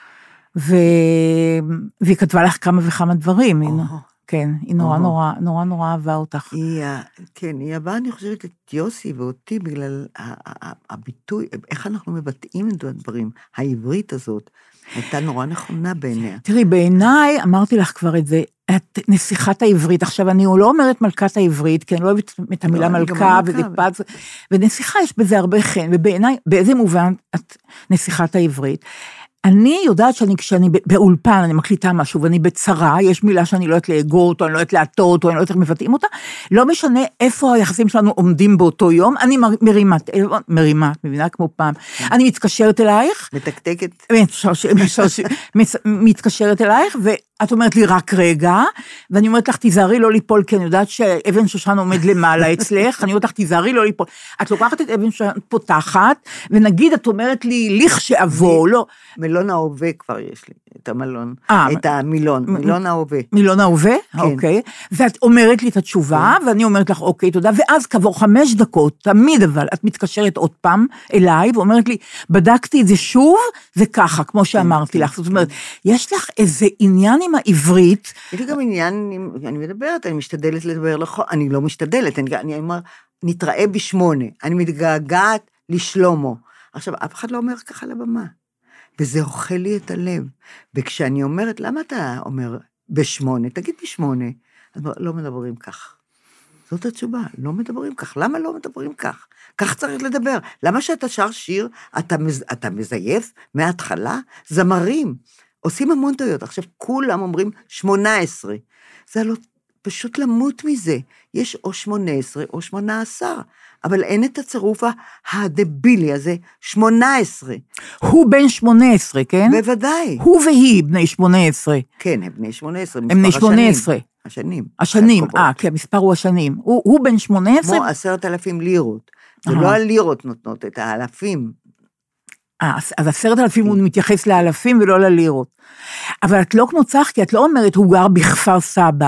והיא כתבה לך כמה וכמה דברים, כן, היא נורא נורא, נורא נורא אהבה אותך. כן, היא אהבה, אני חושבת, את יוסי ואותי, בגלל הביטוי, איך אנחנו מבטאים את הדברים, העברית הזאת, הייתה נורא נכונה בעיניה. תראי, בעיניי, אמרתי לך כבר את זה, את נסיכת העברית, עכשיו אני לא אומרת מלכת העברית, כי אני לא אוהבת את המילה מלכה, וזה פץ, ונסיכה יש בזה הרבה חן, ובעיניי, באיזה מובן את נסיכת העברית, אני יודעת שאני, כשאני באולפן, אני מקליטה משהו, ואני בצרה, יש מילה שאני לא יודעת לאגור אותו, אני לא יודעת להטות, או אני לא יודעת איך מבטאים אותה, לא משנה איפה היחסים שלנו עומדים באותו יום, אני מרימה, מרימה, מבינה כמו פעם, אני מתקשרת אלייך, מתקתקת, מתקשרת אלייך, ואת אומרת לי רק רגע, ואני אומרת לך, תיזהרי לא ליפול, כי אני יודעת שאבן שושן עומד למעלה אצלך, אני אומרת לך, תיזהרי לא ליפול, את לוקחת את אבן שושן פותחת, ונגיד, את אומרת לי, לך שעבור, לא, מלון ההווה כבר יש לי. את המלון, אה, את המילון, מילון ההווה. מילון ההווה? כן. אוקיי. ואת אומרת לי את התשובה, ואני אומרת לך, אוקיי, תודה, ואז כעבור חמש דקות, תמיד אבל, את מתקשרת עוד פעם אליי, ואומרת לי, בדקתי את זה שוב, וככה, כמו שאמרתי לך. זאת אומרת, יש לך איזה עניין עם העברית. יש לי גם עניין, אני מדברת, אני משתדלת לדבר לכל, אני לא משתדלת, אני אומר, נתראה בשמונה, אני מתגעגעת לשלומו. עכשיו, אף אחד לא אומר ככה לבמה, וזה אוכל לי את הלב, וכשאני אומרת, למה אתה אומר בשמונה? תגיד בשמונה, אז לא מדברים כך. זאת התשובה, לא מדברים כך. למה לא מדברים כך? כך צריך לדבר. למה שאתה שר שיר, אתה, מז, אתה מזייף מההתחלה? זמרים, עושים המון טעויות. עכשיו, כולם אומרים שמונה עשרה. זה לא, פשוט למות מזה. יש או שמונה עשרה או שמונה עשר, אבל אין את הצירוף הדבילי הזה, שמונה עשרה. הוא בן שמונה עשרה, כן? בוודאי. הוא והיא בני שמונה עשרה. כן, הם בני שמונה עשרה. הם בני שמונה עשרה. השנים. השנים, אה, כי המספר הוא השנים. הוא, הוא בן שמונה עשרה. כמו עשרת אלפים לירות. זה לא הלירות נותנות, את האלפים. אה, אז עשרת אלפים הוא מתייחס לאלפים ולא ללירות. אבל את לא כמו צח, כי את לא אומרת, הוא גר בכפר סבא.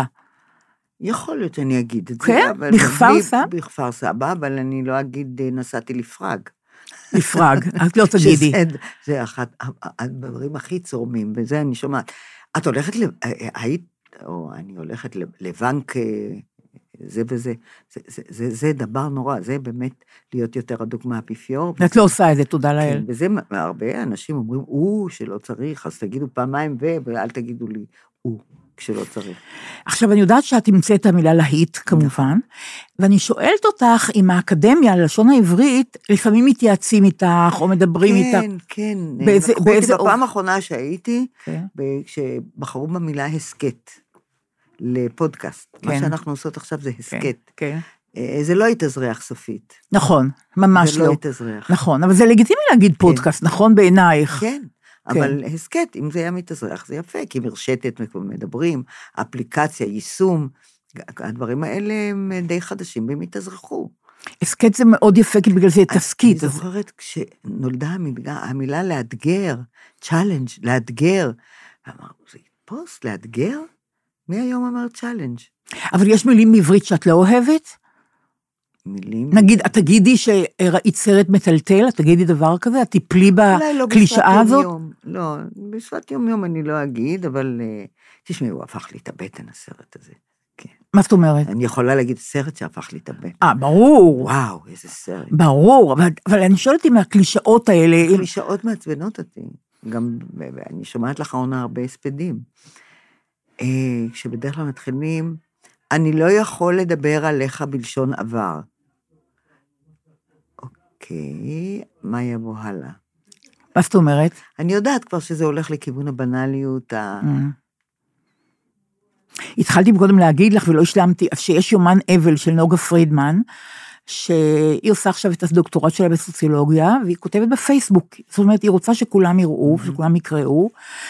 יכול להיות שאני אגיד את זה. כן? בכפר סבא? בכפר סבא, אבל אני לא אגיד, נסעתי לפרג. לפרג, את לא תגידי. זה אחד הדברים הכי צורמים, וזה אני שומעת. את הולכת, היית, או אני הולכת לבנק, זה וזה, זה, זה, זה, זה דבר נורא, זה באמת להיות יותר הדוק מהאפיפיור. את לא עושה את זה, תודה לאל. כן, וזה הרבה אנשים אומרים, הוא שלא צריך, אז תגידו פעמיים ו, ואל תגידו לי, הוא. כשלא צריך. עכשיו, אני יודעת שאת תמצאת את המילה להיט, כמובן, ואני שואלת אותך, אם האקדמיה, הלשון העברית, לפעמים מתייעצים איתך, או מדברים איתך. כן, כן. באיזה... באיזה... בפעם האחרונה שהייתי, כשבחרו במילה הסקט, לפודקאסט. מה שאנחנו עושות עכשיו זה הסקט. כן. זה לא יתאזרח סופית. נכון, ממש לא. זה לא יתאזרח. נכון, אבל זה לגיטימי להגיד פודקאסט, נכון בעינייך? כן. אבל הסקט, אם זה היה מתאזרח, זה יפה, כי מרשתת, מדברים, אפליקציה, יישום, הדברים האלה הם די חדשים, והם התאזרחו. הסקט זה מאוד יפה, כי בגלל זה תסקית. אני זוכרת, כשנולדה המילה לאתגר, צ'אלנג', לאתגר, ואמרנו, זה פוסט, לאתגר? מי היום אמר צ'אלנג'? אבל יש מילים בעברית שאת לא אוהבת? מילים. נגיד, את תגידי שראית סרט מטלטל, את תגידי דבר כזה, את תיפלי בקלישאה הזאת? לא, בשפת יום יום אני לא אגיד, אבל תשמעי, הוא הפך לי את הבטן, הסרט הזה. מה זאת אומרת? אני יכולה להגיד סרט שהפך לי את הבטן. אה, ברור. וואו, איזה סרט. ברור, אבל אני שואלת אם הקלישאות האלה... הקלישאות מעצבנות אותי. גם, אני שומעת לך עונה הרבה הספדים. כשבדרך כלל מתחילים, אני לא יכול לדבר עליך בלשון עבר. אוקיי, מה יבוא הלאה? מה זאת אומרת? אני יודעת כבר שזה הולך לכיוון הבנליות. התחלתי קודם להגיד לך, ולא השלמתי, שיש יומן אבל של נוגה פרידמן, שהיא עושה עכשיו את הדוקטורט שלה בסוציולוגיה, והיא כותבת בפייסבוק. זאת אומרת, היא רוצה שכולם יראו, שכולם יקראו,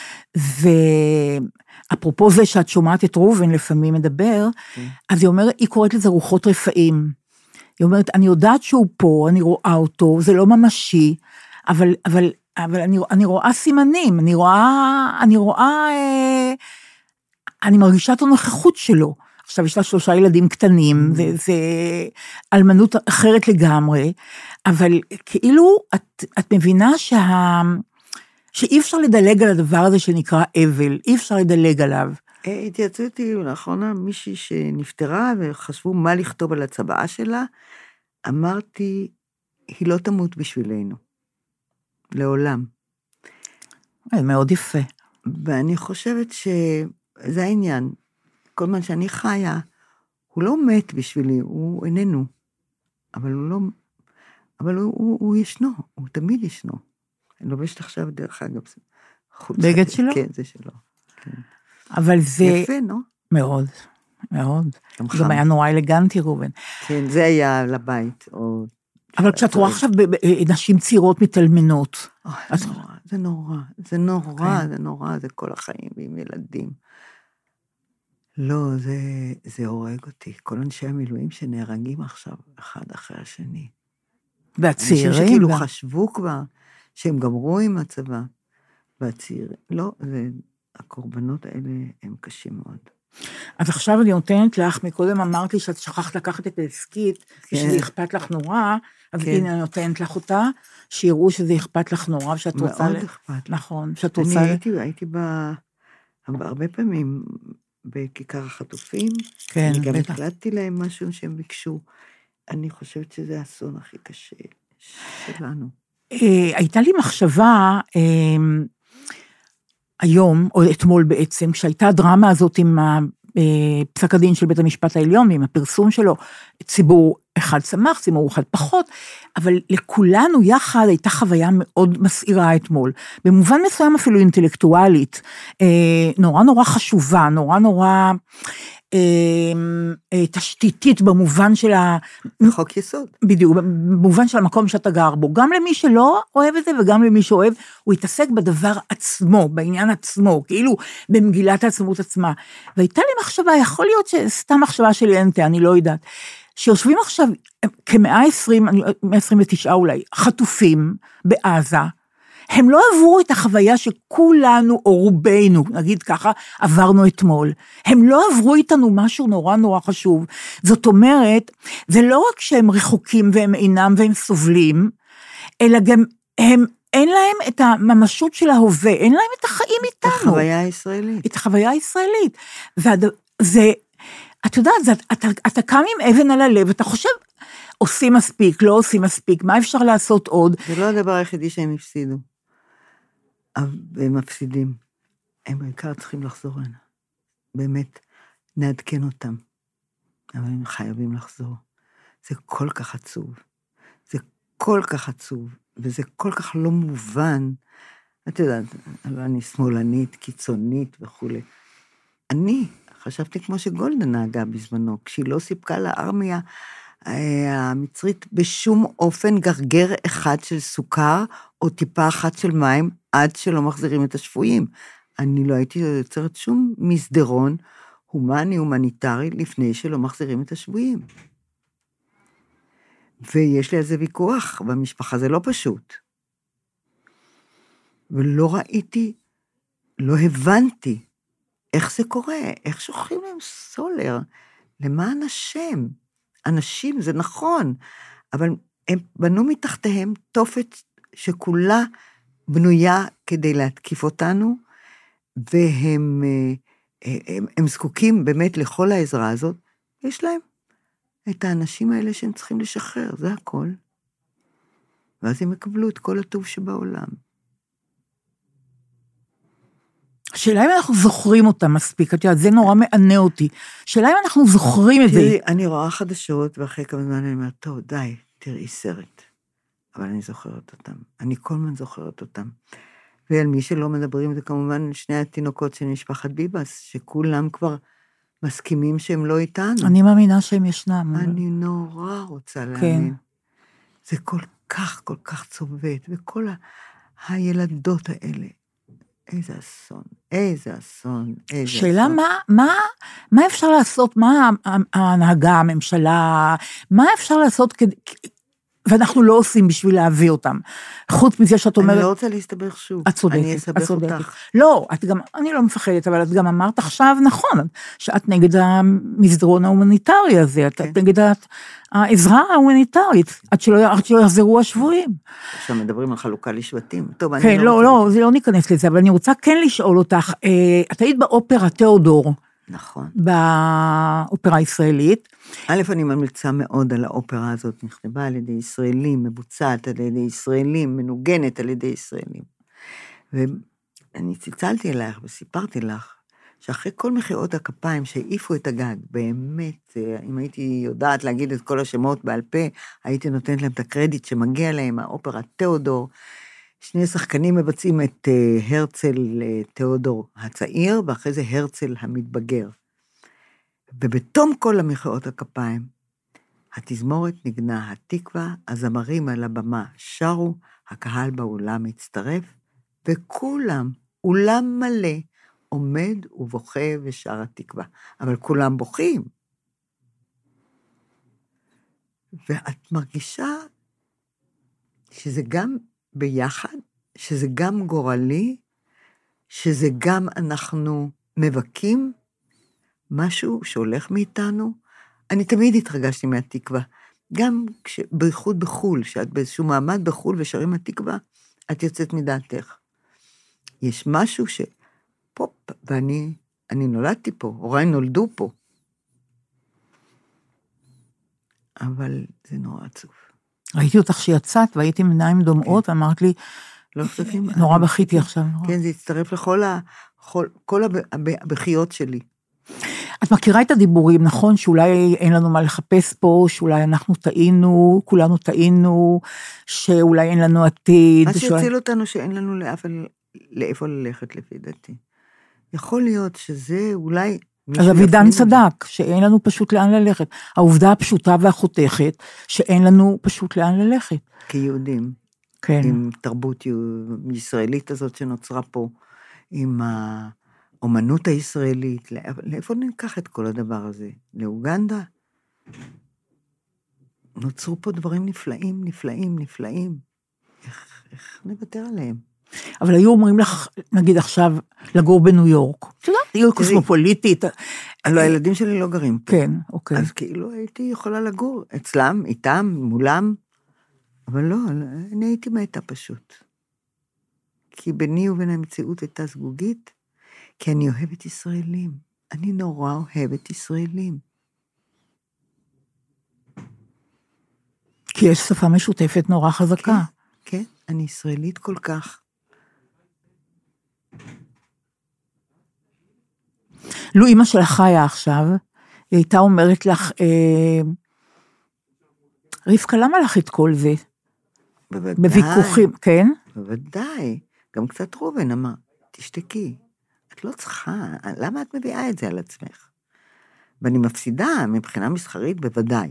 ואפרופו זה שאת שומעת את רובן לפעמים מדבר, אז היא אומרת, היא קוראת לזה רוחות רפאים. היא אומרת, אני יודעת שהוא פה, אני רואה אותו, זה לא ממשי, אבל, אבל, אבל אני, אני רואה סימנים, אני רואה, אני רואה, אה, אני מרגישה את הנוכחות שלו. עכשיו יש לה שלושה ילדים קטנים, זה, זה אלמנות אחרת לגמרי, אבל כאילו את, את מבינה שה, שאי אפשר לדלג על הדבר הזה שנקרא אבל, אי אפשר לדלג עליו. התייצאתי לאחרונה מישהי שנפטרה, וחשבו מה לכתוב על הצבעה שלה, אמרתי, היא לא תמות בשבילנו, לעולם. זה מאוד יפה. ואני חושבת שזה העניין, כל מה שאני חיה, הוא לא מת בשבילי, הוא איננו, אבל הוא לא, אבל הוא, הוא, הוא ישנו, הוא תמיד ישנו. אני לובשת עכשיו דרך אגב, בגד שלו? כן, זה שלו. כן. אבל זה... יפה, לא? מאוד, מאוד. גם היה נורא אלגנטי, רובן. כן, זה היה לבית. או... אבל כשאת רואה עכשיו נשים צעירות מתאלמנות. זה נורא, זה נורא, זה נורא, זה כל החיים עם ילדים. לא, זה, זה הורג אותי. כל אנשי המילואים שנהרגים עכשיו, אחד אחרי השני. והצעירים. אנשים שכאילו חשבו כבר, שהם גמרו עם הצבא. והצעירים, לא, זה... הקורבנות האלה הם קשים מאוד. אז עכשיו אני נותנת לך, מקודם אמרת לי שאת שכחת לקחת את העסקית, כן. שזה אכפת לך נורא, אז כן. הנה אני נותנת לך אותה, שיראו שזה אכפת לך נורא, ושאת רוצה... מאוד ל- אכפת. נכון, שאת אני רוצה... הייתי, הייתי ב... הרבה פעמים בכיכר החטופים, כן, אני גם בטח. הקלטתי להם משהו שהם ביקשו. אני חושבת שזה האסון הכי קשה שלנו. אה, הייתה לי מחשבה, אה, היום, או אתמול בעצם, כשהייתה הדרמה הזאת עם ה- אה, פסק הדין של בית המשפט העליון, עם הפרסום שלו, ציבור אחד שמח, ציבור אחד פחות, אבל לכולנו יחד הייתה חוויה מאוד מסעירה אתמול, במובן מסוים אפילו אינטלקטואלית, אה, נורא נורא חשובה, נורא נורא אה, אה, תשתיתית במובן של ה... חוק יסוד. בדיוק, במובן של המקום שאתה גר בו, גם למי שלא אוהב את זה וגם למי שאוהב, הוא יתעסק בדבר עצמו, בעניין עצמו, כאילו במגילת העצמאות עצמה. והייתה לי מחשבה, יכול להיות שסתם מחשבה שלי אנטה, אני לא יודעת, שיושבים עכשיו כ-מאה ועשרים, מאה עשרים ותשע אולי, חטופים בעזה, הם לא עברו את החוויה שכולנו, או רובנו, נגיד ככה, עברנו אתמול. הם לא עברו איתנו משהו נורא נורא חשוב. זאת אומרת, זה לא רק שהם רחוקים והם אינם והם סובלים, אלא גם הם, אין להם את הממשות של ההווה, אין להם את החיים איתנו. את החוויה הישראלית. את החוויה הישראלית. וזה, את יודעת, זה, אתה, אתה קם עם אבן על הלב, אתה חושב, עושים מספיק, לא עושים מספיק, מה אפשר לעשות עוד? זה לא הדבר היחידי שהם הפסידו. והם מפסידים. הם בעיקר צריכים לחזור הנה. באמת, נעדכן אותם. אבל הם חייבים לחזור. זה כל כך עצוב. זה כל כך עצוב, וזה כל כך לא מובן. את יודעת, אני שמאלנית, קיצונית וכו'. אני חשבתי כמו שגולדה נהגה בזמנו, כשהיא לא סיפקה לארמיה המצרית בשום אופן גרגר אחד של סוכר, או טיפה אחת של מים, עד שלא מחזירים את השפויים. אני לא הייתי יוצרת שום מסדרון, הומני, הומניטרי, לפני שלא מחזירים את השבויים. ויש לי על זה ויכוח, במשפחה זה לא פשוט. ולא ראיתי, לא הבנתי, איך זה קורה, איך שוכחים להם סולר, למען השם. אנשים, זה נכון, אבל הם בנו מתחתיהם תופת שכולה בנויה כדי להתקיף אותנו, והם הם, הם זקוקים באמת לכל העזרה הזאת, יש להם את האנשים האלה שהם צריכים לשחרר, זה הכל. ואז הם יקבלו את כל הטוב שבעולם. השאלה אם אנחנו זוכרים אותם מספיק, את יודעת, זה נורא מענה אותי. השאלה אם אנחנו זוכרים את זה. תראי, אני רואה חדשות, ואחרי כמה זמן אני אומרת, טוב, די, תראי סרט. אבל אני זוכרת אותם. אני כל הזמן זוכרת אותם. ועל מי שלא מדברים, זה כמובן שני התינוקות של משפחת ביבס, שכולם כבר מסכימים שהם לא איתנו. אני מאמינה שהם ישנם. אני נורא רוצה להאמין. זה כל כך, כל כך צובט, וכל ה- הילדות האלה, איזה אסון, איזה אסון, איזה שאלה אסון. מה, מה, מה אפשר לעשות, מה ההנהגה, הממשלה, מה אפשר לעשות כדי, ואנחנו לא עושים בשביל להביא אותם. חוץ מזה שאת אומרת... אני לא רוצה להסתבך שוב. את צודקת, אני אסבך אותך. לא, את גם, אני לא מפחדת, אבל את גם אמרת עכשיו, נכון, שאת נגד המסדרון ההומניטרי הזה, את, את נגד העזרה ההומניטרית, עד שלא, עד שלא יחזרו השבויים. עכשיו מדברים על חלוקה לשבטים. טוב, כן, אני לא, לא, לא, זה לא ניכנס לזה, אבל אני רוצה כן לשאול אותך, את היית באופרה תיאודור, נכון. באופרה הישראלית. א', אני ממליצה מאוד על האופרה הזאת, נכתבה על ידי ישראלים, מבוצעת על ידי ישראלים, מנוגנת על ידי ישראלים. ואני צלצלתי אלייך וסיפרתי לך, שאחרי כל מחיאות הכפיים שהעיפו את הגג, באמת, אם הייתי יודעת להגיד את כל השמות בעל פה, הייתי נותנת להם את הקרדיט שמגיע להם, האופרה תיאודור, שני שחקנים מבצעים את הרצל תיאודור הצעיר, ואחרי זה הרצל המתבגר. ובתום כל המחיאות הכפיים, התזמורת נגנה התקווה, הזמרים על הבמה שרו, הקהל באולם הצטרף, וכולם, אולם מלא, עומד ובוכה ושר התקווה. אבל כולם בוכים. ואת מרגישה שזה גם ביחד, שזה גם גורלי, שזה גם אנחנו מבקים משהו שהולך מאיתנו. אני תמיד התרגשתי מהתקווה, גם בייחוד בחול, שאת באיזשהו מעמד בחול ושרים התקווה, את יוצאת מדעתך. יש משהו שפופ, ואני אני נולדתי פה, הוריי נולדו פה. אבל זה נורא עצוב. ראיתי אותך שיצאת, והייתי עם עיניים דומעות, ואמרת לי, לא חושבים. נורא בכיתי עכשיו. כן, זה הצטרף לכל כל הבכיות שלי. את מכירה את הדיבורים, נכון? שאולי אין לנו מה לחפש פה, שאולי אנחנו טעינו, כולנו טעינו, שאולי אין לנו עתיד. מה שהציל אותנו שאין לנו לאיפה ללכת לפי דעתי. יכול להיות שזה אולי... אז אבידן צדק, שאין לנו פשוט לאן ללכת. העובדה הפשוטה והחותכת, שאין לנו פשוט לאן ללכת. כיהודים. כן. עם תרבות ישראלית הזאת שנוצרה פה, עם האומנות הישראלית, לאיפה ניקח את כל הדבר הזה? לאוגנדה? נוצרו פה דברים נפלאים, נפלאים, נפלאים. איך, איך נוותר עליהם? אבל היו אומרים לך, נגיד עכשיו, לגור בניו יורק. אתה יודע, עיר קוסמופוליטית. הלוא הילדים שלי לא גרים פה. כן, אוקיי. אז כאילו הייתי יכולה לגור אצלם, איתם, מולם, אבל לא, אני הייתי מתה פשוט. כי ביני ובין המציאות הייתה סגוגית, כי אני אוהבת ישראלים. אני נורא אוהבת ישראלים. כי יש שפה משותפת נורא חזקה. כן, כן, אני ישראלית כל כך. לו אמא שלך חיה עכשיו, היא הייתה אומרת לך, אה, רבקה, למה לך את כל זה? בוודאי. בוויכוחים, כן? בוודאי. גם קצת רובן אמר, תשתקי, את לא צריכה, למה את מביאה את זה על עצמך? ואני מפסידה מבחינה מסחרית בוודאי.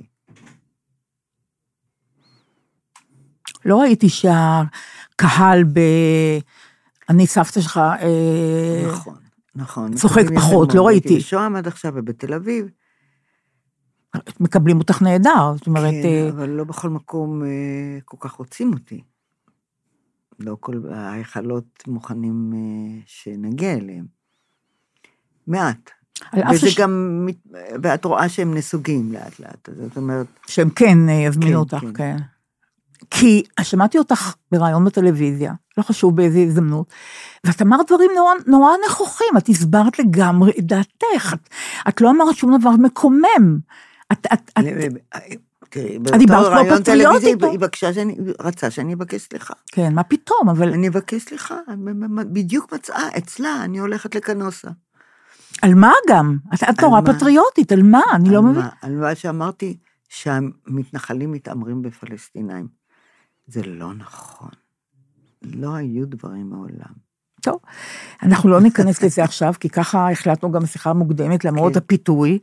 לא ראיתי שהקהל ב... אני סבתא שלך... אה... נכון. נכון. צוחק פחות, לא ראיתי. בשוהם עד עכשיו ובתל אביב. מקבלים אותך נהדר, זאת אומרת... כן, אבל לא בכל מקום כל כך רוצים אותי. לא כל ההיכלות מוכנים שנגיע אליהם. מעט. וזה גם, ואת רואה שהם נסוגים לאט לאט, זאת אומרת... שהם כן יזמינו אותך, כן. כי שמעתי אותך ברעיון בטלוויזיה, לא חשוב באיזה הזדמנות, ואת אמרת דברים נורא, נורא נכוחים, את הסברת לגמרי את דעתך, את, את לא אמרת שום דבר מקומם, את, את, את, תראי, באותו רעיון טלוויזיה, היא בקשה שאני, רצה שאני אבקש סליחה. כן, מה פתאום, אבל... אני אבקש סליחה, בדיוק מצאה, אצלה, אני הולכת לקנוסה. על מה גם? את, את נורא פטריוטית, על מה? אני לא מבין. על מה שאמרתי, שהמתנחלים מתאמרים בפלסטינאים. זה לא נכון. לא היו דברים מעולם. טוב, אנחנו לא ניכנס לזה עכשיו, כי ככה החלטנו גם שיחה מוקדמת, למרות הפיתוי.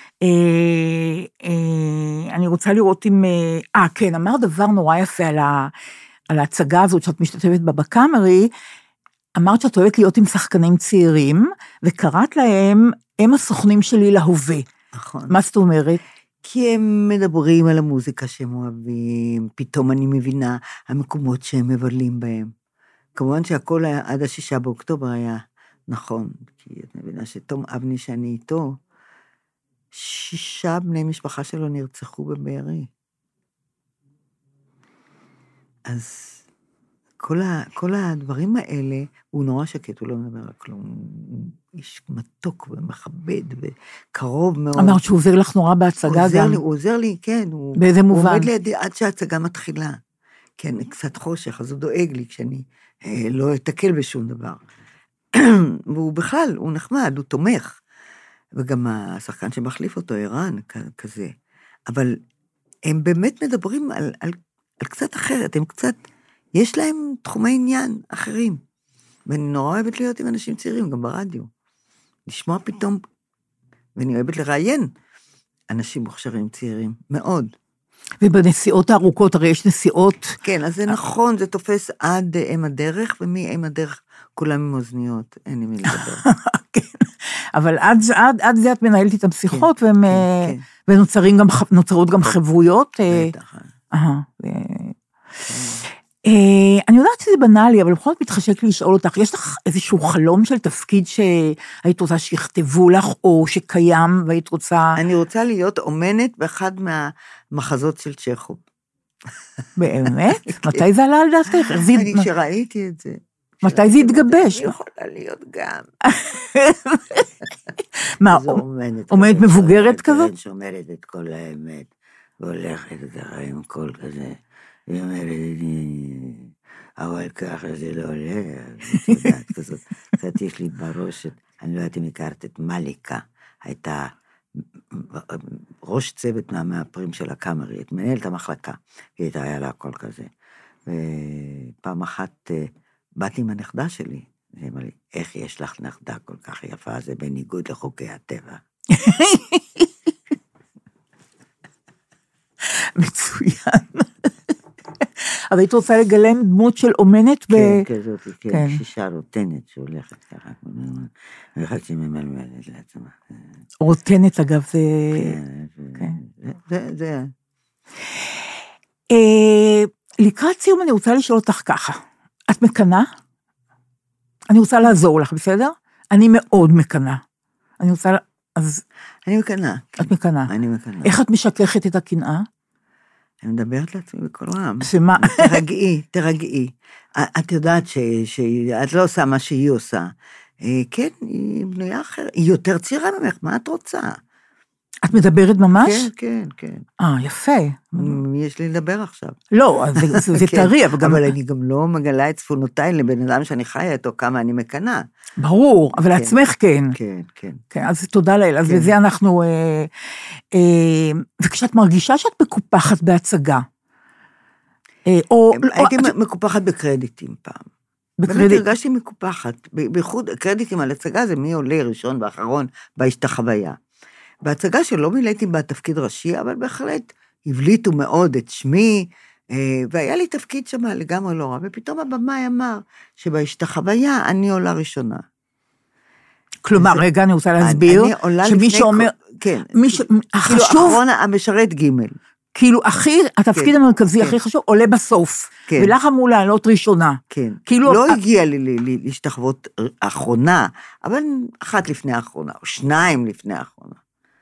אני רוצה לראות אם... אה, כן, אמר דבר נורא יפה על ההצגה הזאת, שאת משתתפת בה בקאמרי, אמרת שאת אוהבת להיות עם שחקנים צעירים, וקראת להם, הם הסוכנים שלי להווה. נכון. מה זאת אומרת? כי הם מדברים על המוזיקה שהם אוהבים, פתאום אני מבינה המקומות שהם מבלים בהם. כמובן שהכל היה, עד השישה באוקטובר היה נכון, כי את מבינה שתום אבני שאני איתו, שישה בני משפחה שלו נרצחו בבארי. אז כל, ה, כל הדברים האלה, הוא נורא שקט, הוא לא מדבר על כלום, הוא איש מתוק ומכבד וקרוב מאוד. אמרת שהוא עוזר לך נורא בהצגה גם. לי, הוא עוזר לי, כן. הוא, באיזה מובן? הוא עומד לידי עד שההצגה מתחילה. כן, קצת חושך, אז הוא דואג לי כשאני אה, לא אתקל בשום דבר. והוא בכלל, הוא נחמד, הוא תומך. וגם השחקן שמחליף אותו, ערן, כזה. אבל הם באמת מדברים על, על, על קצת אחרת, הם קצת... יש להם תחומי עניין אחרים, ואני נורא אוהבת להיות עם אנשים צעירים, גם ברדיו. לשמוע פתאום, ואני אוהבת לראיין אנשים מוכשרים צעירים, מאוד. ובנסיעות הארוכות, הרי יש נסיעות... כן, אז זה נכון, זה תופס עד אם הדרך, ומי אם הדרך כולם עם אוזניות, אין לי מי לדבר. כן, אבל עד, עד, עד זה את מנהלת איתם שיחות, כן, והם, כן, כן. ונוצרות גם, גם חברויות. בטח. אה, ו... אני יודעת שזה בנאלי, אבל בכל זאת מתחשק לי לשאול אותך, יש לך איזשהו חלום של תפקיד שהיית רוצה שיכתבו לך, או שקיים והיית רוצה... אני רוצה להיות אומנת באחד מהמחזות של צ'כוב. באמת? מתי זה עלה על דעתך? אני כשראיתי את זה. מתי זה התגבש? אני יכולה להיות גם. מה, אומנת מבוגרת כזאת? שאומרת את כל האמת, והולכת ככה עם קול כזה, היא אומרת, אבל ככה זה לא עולה, את יודעת כזאת, קצת יש לי בראש, אני לא יודעת אם הכרת את מליקה, הייתה ראש צוות מהמאפרים של הקאמרית, מנהלת המחלקה, היא הייתה, היה לה הכל כזה, ופעם אחת באתי עם הנכדה שלי, היא אמרה לי, איך יש לך נכדה כל כך יפה, זה בניגוד לחוקי הטבע. מצוין. אבל היית רוצה לגלם דמות של אומנת? כן, כזאת, כן, שישה רוטנת שהולכת ככה, וחצי ממלמלת לעצמה. רוטנת אגב, זה... זה... לקראת סיום אני רוצה לשאול אותך ככה, את מקנה? אני רוצה לעזור לך, בסדר? אני מאוד מקנה. אני רוצה... אז... אני מקנה. את מקנה. אני מקנה. איך את משככת את הקנאה? אני מדברת לעצמי בכל רם. שמה? תרגעי, תרגעי. את יודעת שאת לא עושה מה שהיא עושה. כן, היא בנויה אחרת. היא יותר צעירה ממך, מה את רוצה? את מדברת ממש? כן, כן, כן. אה, יפה. יש לי לדבר עכשיו. לא, זה טרי, אבל גם... אבל אני גם לא מגלה את צפונותיי לבן אדם שאני חיה איתו, כמה אני מקנה. ברור, אבל לעצמך כן. כן, כן. כן, אז תודה לאל, אז בזה אנחנו... וכשאת מרגישה שאת מקופחת בהצגה, או... הייתי מקופחת בקרדיטים פעם. באמת הרגשתי מקופחת, בייחוד קרדיטים על הצגה זה מי עולה ראשון ואחרון בהשתחוויה. בהצגה שלא מילאתי בה תפקיד ראשי, אבל בהחלט הבליטו מאוד את שמי, והיה לי תפקיד שם לגמרי לא רע, ופתאום הבמאי אמר שבהשתחוויה אני עולה ראשונה. כלומר, רגע, אני רוצה להסביר, שמי שאומר, כן, כאילו אחרון המשרת ג' כאילו, התפקיד המרכזי הכי חשוב עולה בסוף, ולך אמרו לעלות ראשונה. כן, לא הגיע לי להשתחוות האחרונה, אבל אחת לפני האחרונה, או שניים לפני האחרונה.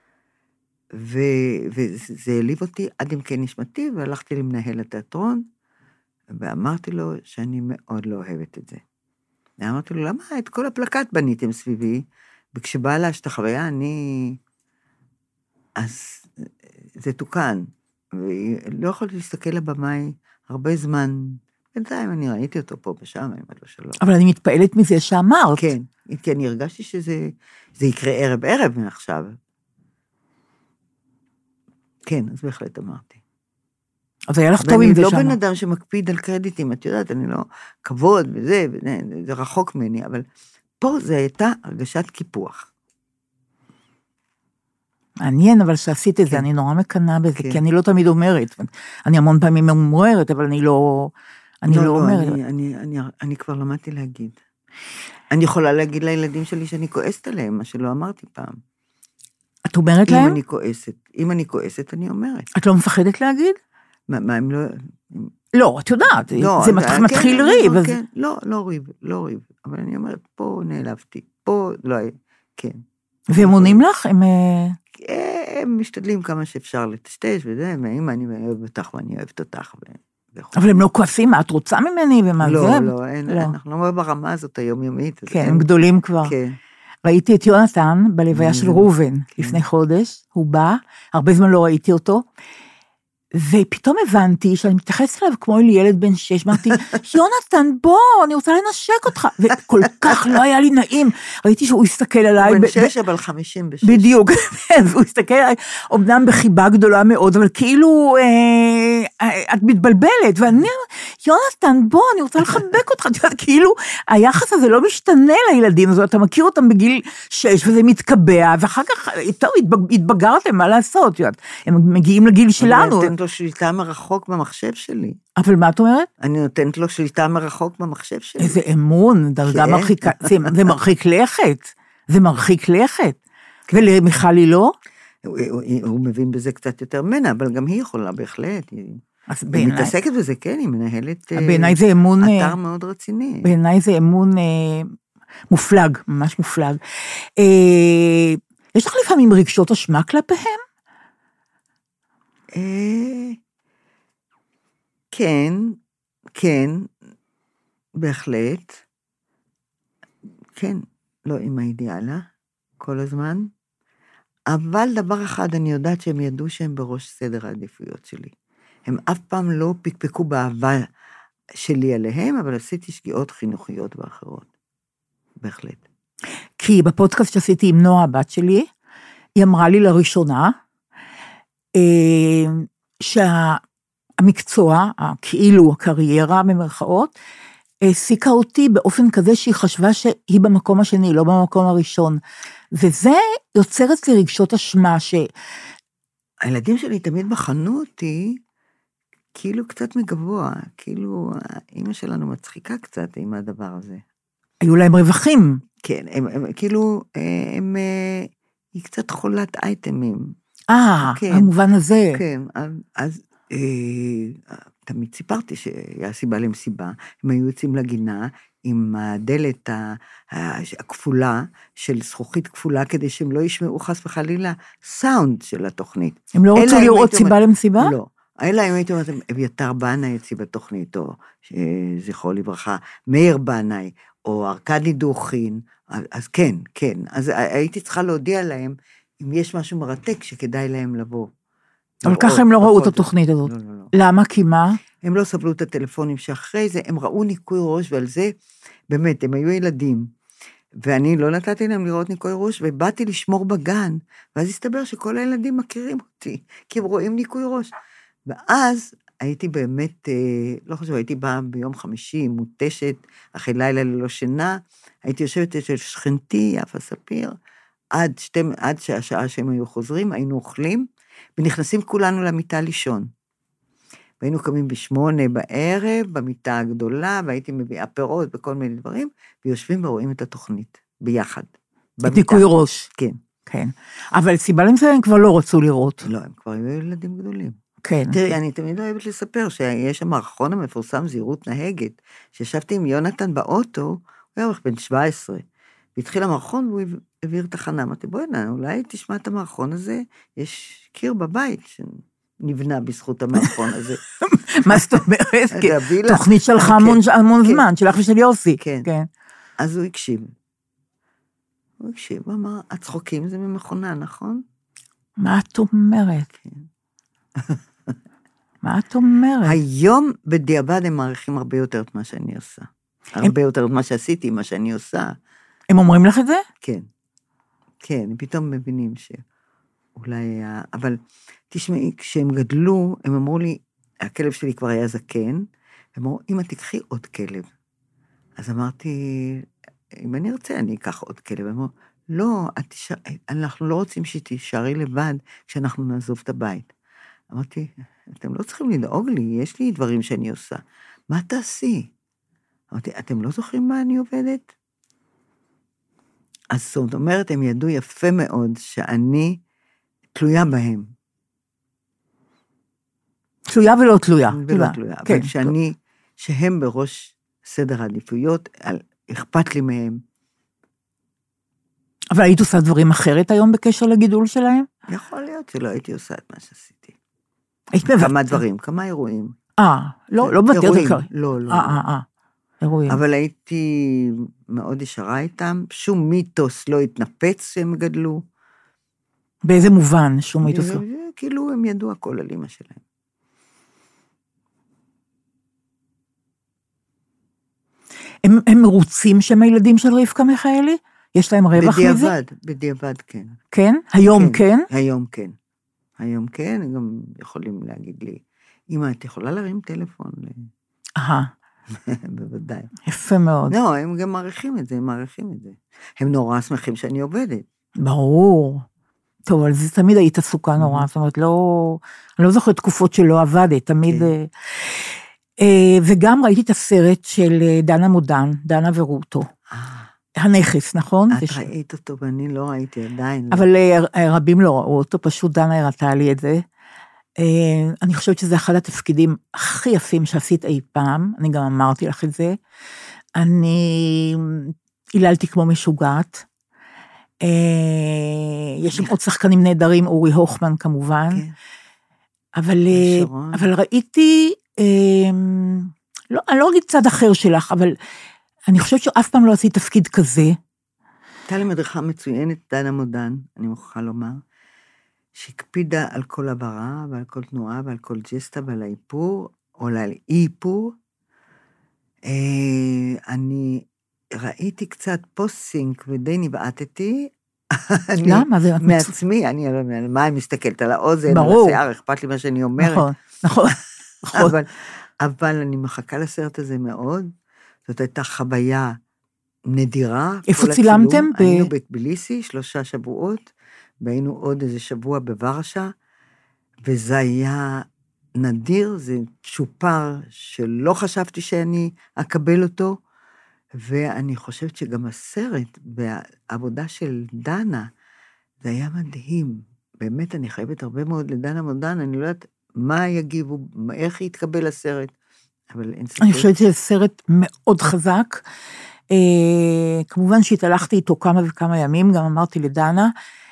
וזה העליב אותי עד עמקי נשמתי, והלכתי למנהל התיאטרון, ואמרתי לו שאני מאוד לא אוהבת את זה. אמרתי לו, למה את כל הפלקט בניתם סביבי, וכשבאה לה השתחוויה, אני... אז זה תוקן, ולא יכולתי להסתכל לבמאי הרבה זמן, בינתיים אני ראיתי אותו פה ושם, אם את לא שלום. אבל אני מתפעלת מזה שאמרת. כן, כי אני הרגשתי שזה יקרה ערב ערב מעכשיו. כן, אז בהחלט אמרתי. אז היה לך טוב עם זה ואני שם. לא בן אדם שמקפיד על קרדיטים, את יודעת, אני לא כבוד וזה, זה רחוק ממני, אבל פה זה הייתה הרגשת קיפוח. מעניין, אבל שעשית את זה, אני נורא מקנה בזה, כי אני לא תמיד אומרת, אני המון פעמים אומרת, אבל אני לא, אני לא אומרת. אני כבר למדתי להגיד. אני יכולה להגיד לילדים שלי שאני כועסת עליהם, מה שלא אמרתי פעם. את אומרת להם? אם אני כועסת, אם אני כועסת, אני אומרת. את לא מפחדת להגיד? מה, הם לא... לא, את יודעת, זה מתחיל ריב. לא, לא ריב, לא ריב, אבל אני אומרת, פה נעלבתי, פה לא היה, כן. והם עונים לך? הם משתדלים כמה שאפשר לטשטש, וזה, אם אני אוהב אותך ואני אוהבת אותך. אבל הם לא כועסים, מה את רוצה ממני ומה זה? לא, לא, אנחנו לא ברמה הזאת היומיומית. כן, הם גדולים כבר. כן. ראיתי את יונתן בלוויה של ראובן לפני חודש, הוא בא, הרבה זמן לא ראיתי אותו, ופתאום הבנתי שאני מתייחסת אליו כמו אל ילד בן שש, אמרתי, יונתן, בוא, אני רוצה לנשק אותך, וכל כך לא היה לי נעים, ראיתי שהוא הסתכל עליי, בן שש אבל חמישים ושש. בדיוק, והוא הסתכל עליי, אומנם בחיבה גדולה מאוד, אבל כאילו, את מתבלבלת, ואני, יונתן, בוא, אני רוצה לחבק אותך, כאילו, היחס הזה לא משתנה לילדים, אז אתה מכיר אותם בגיל שש, וזה מתקבע, ואחר כך, טוב, התבגרתם, מה לעשות, הם מגיעים לגיל שלנו, לו שליטה מרחוק במחשב שלי. אבל מה את אומרת? אני נותנת לו שליטה מרחוק במחשב שלי. איזה אמון, דרגה מרחיקה, זה, זה מרחיק לכת, זה מרחיק לכת. ולמיכל היא לא? הוא, הוא, הוא מבין בזה קצת יותר ממנה, אבל גם היא יכולה בהחלט. אז היא בעיניי, מתעסקת בזה, כן, היא מנהלת אה, בעיניי זה אמון, אתר אה, מאוד רציני. בעיניי זה אמון אה, מופלג, ממש מופלג. אה, יש לך לפעמים רגשות אשמה כלפיהם? אה, כן, כן, בהחלט. כן, לא עם האידיאלה, כל הזמן. אבל דבר אחד, אני יודעת שהם ידעו שהם בראש סדר העדיפויות שלי. הם אף פעם לא פקפקו באהבה שלי עליהם, אבל עשיתי שגיאות חינוכיות ואחרות. בהחלט. כי בפודקאסט שעשיתי עם נועה, הבת שלי, היא אמרה לי לראשונה, שהמקצוע, כאילו הקריירה במרכאות, העסיקה אותי באופן כזה שהיא חשבה שהיא במקום השני, לא במקום הראשון. וזה יוצר אצלי רגשות אשמה ש... הילדים שלי תמיד בחנו אותי, כאילו קצת מגבוה, כאילו האמא שלנו מצחיקה קצת עם הדבר הזה. היו להם רווחים. כן, הם, הם כאילו, הם, היא קצת חולת אייטמים. אה, כן, במובן הזה. כן, אז, אז אה, תמיד סיפרתי שהיה סיבה למסיבה, הם היו יוצאים לגינה עם הדלת הכפולה, של זכוכית כפולה, כדי שהם לא ישמעו חס וחלילה סאונד של התוכנית. הם לא רצו לראות סיבה למסיבה? לא. אלא אם הייתי אומרת, אביתר בנאי יצא בתוכנית, או זכרו לברכה, מאיר בנאי, או ארקדי דוכין, אז כן, כן. אז הייתי צריכה להודיע להם, אם יש משהו מרתק שכדאי להם לבוא. אבל ככה הם לא ראו את התוכנית הזאת. לא, לא, לא. למה? כי מה? הם לא סבלו את הטלפונים שאחרי זה, הם ראו ניקוי ראש, ועל זה, באמת, הם היו ילדים. ואני לא נתתי להם לראות ניקוי ראש, ובאתי לשמור בגן, ואז הסתבר שכל הילדים מכירים אותי, כי הם רואים ניקוי ראש. ואז הייתי באמת, לא חושב, הייתי באה ביום חמישי, מוטשת, אחרי לילה ללא שינה, הייתי יושבת אצל שכנתי, יפה ספיר, עד, שתי, עד שהשעה שהם היו חוזרים, היינו אוכלים, ונכנסים כולנו למיטה לישון. והיינו קמים בשמונה בערב, במיטה הגדולה, והייתי מביאה פירות וכל מיני דברים, ויושבים ורואים את התוכנית, ביחד. את ניקוי ראש. כן. כן. אבל סיבה למסוים הם כבר לא רצו לראות. לא, הם כבר היו ילדים גדולים. כן. תראי, אני תמיד אוהבת לספר שיש המערכון המפורסם זהירות נהגת, שישבתי עם יונתן באוטו, הוא היה עורך בן שבע עשרה, והתחיל המערכון והוא העביר תחנה, אמרתי, בואי נה, אולי תשמע את המערכון הזה, יש קיר בבית שנבנה בזכות המערכון הזה. מה זאת אומרת? תוכנית שלך המון זמן, שלך ושל יוסי. כן. אז הוא הקשיב. הוא הקשיב, הוא אמר, הצחוקים זה ממכונה, נכון? מה את אומרת? כן. מה את אומרת? היום בדיעבד הם מעריכים הרבה יותר את מה שאני עושה. הרבה יותר את מה שעשיתי, מה שאני עושה. הם אומרים לך את זה? כן. כן, הם פתאום מבינים שאולי היה... אבל תשמעי, כשהם גדלו, הם אמרו לי, הכלב שלי כבר היה זקן, הם אמרו, אמא, תקחי עוד כלב. אז אמרתי, אם אני ארצה, אני אקח עוד כלב. הם אמרו, לא, תשאר... אנחנו לא רוצים שתישארי לבד כשאנחנו נעזוב את הבית. אמרתי, אתם לא צריכים לדאוג לי, יש לי דברים שאני עושה. מה תעשי? אמרתי, אתם לא זוכרים מה אני עובדת? אז זאת אומרת, הם ידעו יפה מאוד שאני תלויה בהם. תלויה ולא תלויה. ולא תלויה, כן, אבל שאני, שהם בראש סדר העדיפויות, אכפת לי מהם. אבל היית עושה דברים אחרת היום בקשר לגידול שלהם? יכול להיות שלא הייתי עושה את מה שעשיתי. היית מבטא. כמה דברים, כמה אירועים. אה, לא, לא בטח. אירועים, לא, לא. אה, אה, אה. אירועים. אבל הייתי מאוד ישרה איתם, שום מיתוס לא התנפץ שהם גדלו. באיזה מובן שום מיתוס לא? כאילו הם ידעו הכל על אמא שלהם. הם, הם מרוצים שהם הילדים של רבקה מיכאלי? יש להם רווח מזה? בדיעבד, בדיעבד כן. כן? היום כן? כן? היום כן. היום כן, הם גם יכולים להגיד לי, אמא, את יכולה להרים טלפון? אהה. בוודאי. יפה מאוד. לא, הם גם מעריכים את זה, הם מעריכים את זה. הם נורא שמחים שאני עובדת. ברור. טוב, אבל זה תמיד היית עסוקה נורא, זאת אומרת, לא, אני לא זוכרת תקופות שלא עבדת, תמיד... כן. וגם ראיתי את הסרט של דנה מודן, דנה ורוטו. הנכס, נכון? את ראית אותו ואני לא ראיתי עדיין. אבל רבים לא ראו אותו, פשוט דנה הראתה לי את זה. אני חושבת שזה אחד התפקידים הכי יפים שעשית אי פעם, אני גם אמרתי לך את זה, אני היללתי כמו משוגעת, יש שם עוד שחקנים נהדרים, אורי הוכמן כמובן, אבל, אבל ראיתי, לא, אני לא אגיד צד אחר שלך, אבל אני חושבת שאף פעם לא עשית תפקיד כזה. הייתה לי מדריכה מצוינת, דנה מודן, אני מוכרחה לומר, שהקפידה על כל הברה, ועל כל תנועה, ועל כל ג'סטה, ועל האיפור, או על האיפור. אני ראיתי קצת פוסט-סינק, ודי נבעטתי. למה? זה מעצמי, אני לא יודע, מה אני מסתכלת על האוזן, ברור. על השיער, אכפת לי מה שאני אומרת. נכון, נכון. אבל, אבל אני מחכה לסרט הזה מאוד, זאת הייתה חוויה נדירה. איפה צילמתם? ב... היינו בטביליסי, שלושה שבועות, והיינו עוד איזה שבוע בוורשה, וזה היה נדיר, זה צ'ופר שלא חשבתי שאני אקבל אותו, ואני חושבת שגם הסרט, בעבודה של דנה, זה היה מדהים. באמת אני חייבת הרבה מאוד לדנה מודן, אני לא יודעת מה יגיבו, איך יתקבל הסרט, אבל אין ספק. אני חושבת שזה סרט מאוד חזק, כמובן שהתהלכתי איתו כמה וכמה ימים, גם אמרתי לדנה,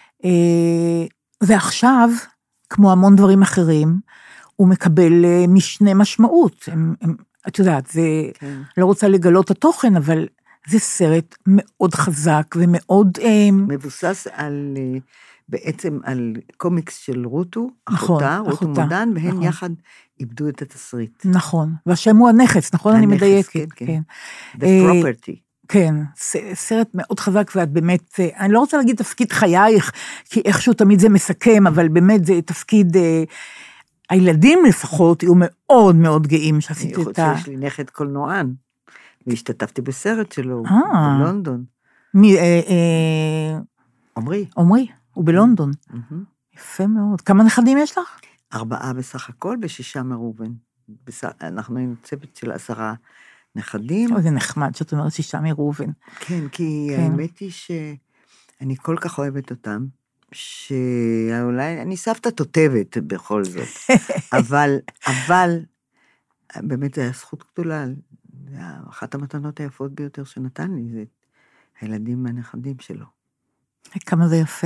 ועכשיו, כמו המון דברים אחרים, הוא מקבל משנה משמעות. הם, הם, את יודעת, זה, כן. לא רוצה לגלות התוכן, אבל זה סרט מאוד חזק ומאוד... מבוסס על, בעצם על קומיקס של רוטו, נכון, אחותה, רוטו אחותה, מודן, והן נכון. יחד איבדו את התסריט. נכון, והשם הוא הנכס, נכון? הנכס, אני מדייקת. כן, כן. כן. The property. כן, סרט מאוד חזק, ואת באמת, אני לא רוצה להגיד תפקיד חייך, כי איכשהו תמיד זה מסכם, אבל באמת זה תפקיד, הילדים לפחות, יהיו מאוד מאוד גאים שעשית את ה... אני חושבת שיש לי נכד קולנוען, והשתתפתי בסרט שלו, בלונדון. מי, עומרי. עומרי, הוא בלונדון. יפה מאוד. כמה נכדים יש לך? ארבעה בסך הכל, בשישה מראובן. אנחנו היינו צוות של עשרה נכדים. זה נחמד שאת אומרת שישה מראובן. כן, כי האמת היא שאני כל כך אוהבת אותם, שאולי אני סבתא תותבת בכל זאת, אבל, אבל, באמת זו הייתה זכות גדולה, אחת המתנות היפות ביותר שנתן לי, זה הילדים מהנכדים שלו. כמה זה יפה.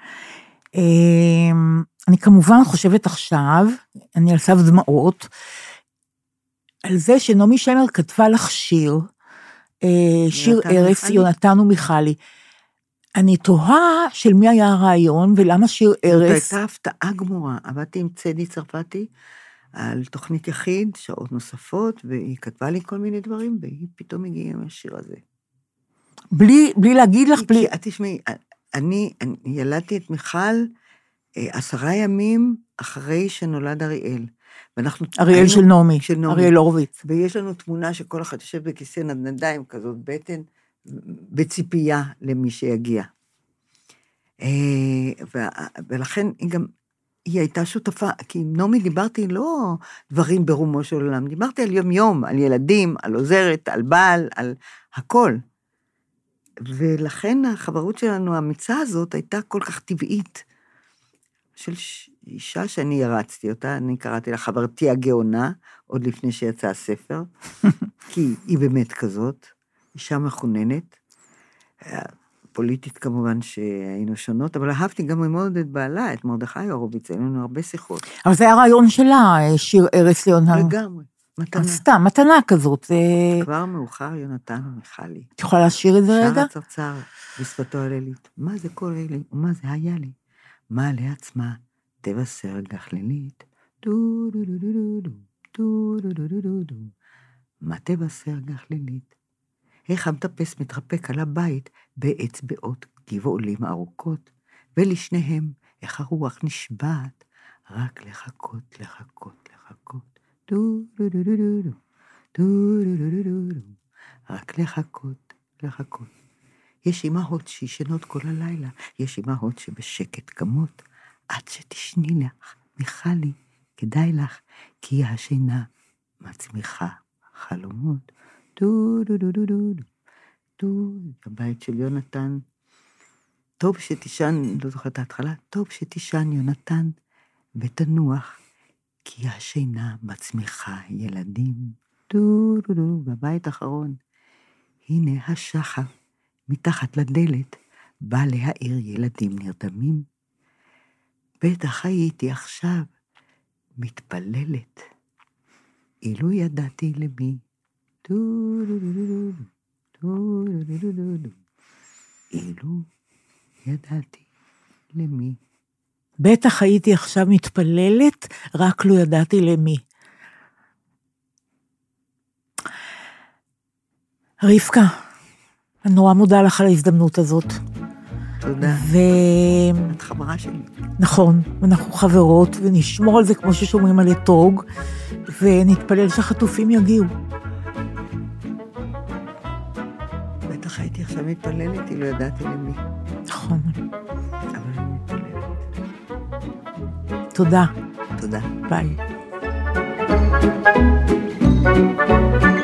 אני כמובן חושבת עכשיו, אני על סף דמעות, על זה שנעמי שמר כתבה לך שיר, שיר ערש, יונתן ומיכלי. אני תוהה של מי היה הרעיון, ולמה שיר ערש. זאת הייתה הפתעה גמורה. עבדתי עם צדי צרפתי, על תוכנית יחיד, שעות נוספות, והיא כתבה לי כל מיני דברים, והיא פתאום הגיעה עם השיר הזה. בלי, בלי להגיד לך, בלי... כי, תשמעי, אני, אני ילדתי את מיכל עשרה ימים אחרי שנולד אריאל. ואנחנו... אריאל היינו, של נעמי, של נעמי. אריאל הורוביץ. ויש לנו תמונה שכל אחד יושב בכיסא נדנדיים, כזאת בטן, בציפייה למי שיגיע. ולכן היא גם, היא הייתה שותפה, כי עם נעמי דיברתי לא דברים ברומו של עולם, דיברתי על יום יום, על ילדים, על עוזרת, על בעל, על הכל. ולכן החברות שלנו, האמיצה הזאת, הייתה כל כך טבעית, של אישה שאני הרצתי אותה, אני קראתי לה חברתי הגאונה, עוד לפני שיצא הספר, כי היא באמת כזאת, אישה מחוננת, פוליטית כמובן שהיינו שונות, אבל אהבתי גם מאוד את בעלה, את מרדכי הורוביץ, היו לנו הרבה שיחות. אבל זה היה רעיון שלה, שיר ערש ליונתן. לגמרי, מתנה. סתם, מתנה כזאת. כבר מאוחר יונתן ומיכלי. את יכולה לשיר את זה רגע? שר הצרצר בשפתו הלילית, מה זה כל אלה, ומה זה היה לי? מה לעצמה, תבשר גחלילית, דו דו דו דו דו דו דו דו דו דו דו, מה תבשר גחלילית? איך המטפס מתרפק על הבית באצבעות גבעולים ארוכות, ולשניהם איך הרוח נשבעת, רק לחכות, לחכות, לחכות, דו דו דו דו דו דו, דו דו דו דו דו, רק לחכות, לחכות. יש אמהות שישנות כל הלילה, יש אמהות שבשקט קמות, עד שתשני לך, מיכלי, כדאי לך, כי השינה מצמיחה חלומות. דו דו דו דו דו דו, דו, הבית של יונתן, טוב שתישן, לא זוכרת ההתחלה, טוב שתישן יונתן, ותנוח, כי השינה מצמיחה ילדים. דו דו דו, בבית האחרון. הנה השחר, מתחת לדלת, בא להעיר ילדים נרדמים. בטח הייתי עכשיו מתפללת. אילו ידעתי למי. דו דו דו דו דו דו דו דו דו. אילו ידעתי למי. בטח הייתי עכשיו מתפללת, רק לא ידעתי למי. רבקה, אני נורא מודה לך על ההזדמנות הזאת. תודה. ו... את חברה שלי. נכון, אנחנו חברות, ונשמור על זה כמו ששומרים על אתרוג, ונתפלל שהחטופים יגיעו. בטח הייתי עכשיו מתפללת, לא ידעתי למי. נכון. אבל אני מתפללת. תודה. תודה. ביי.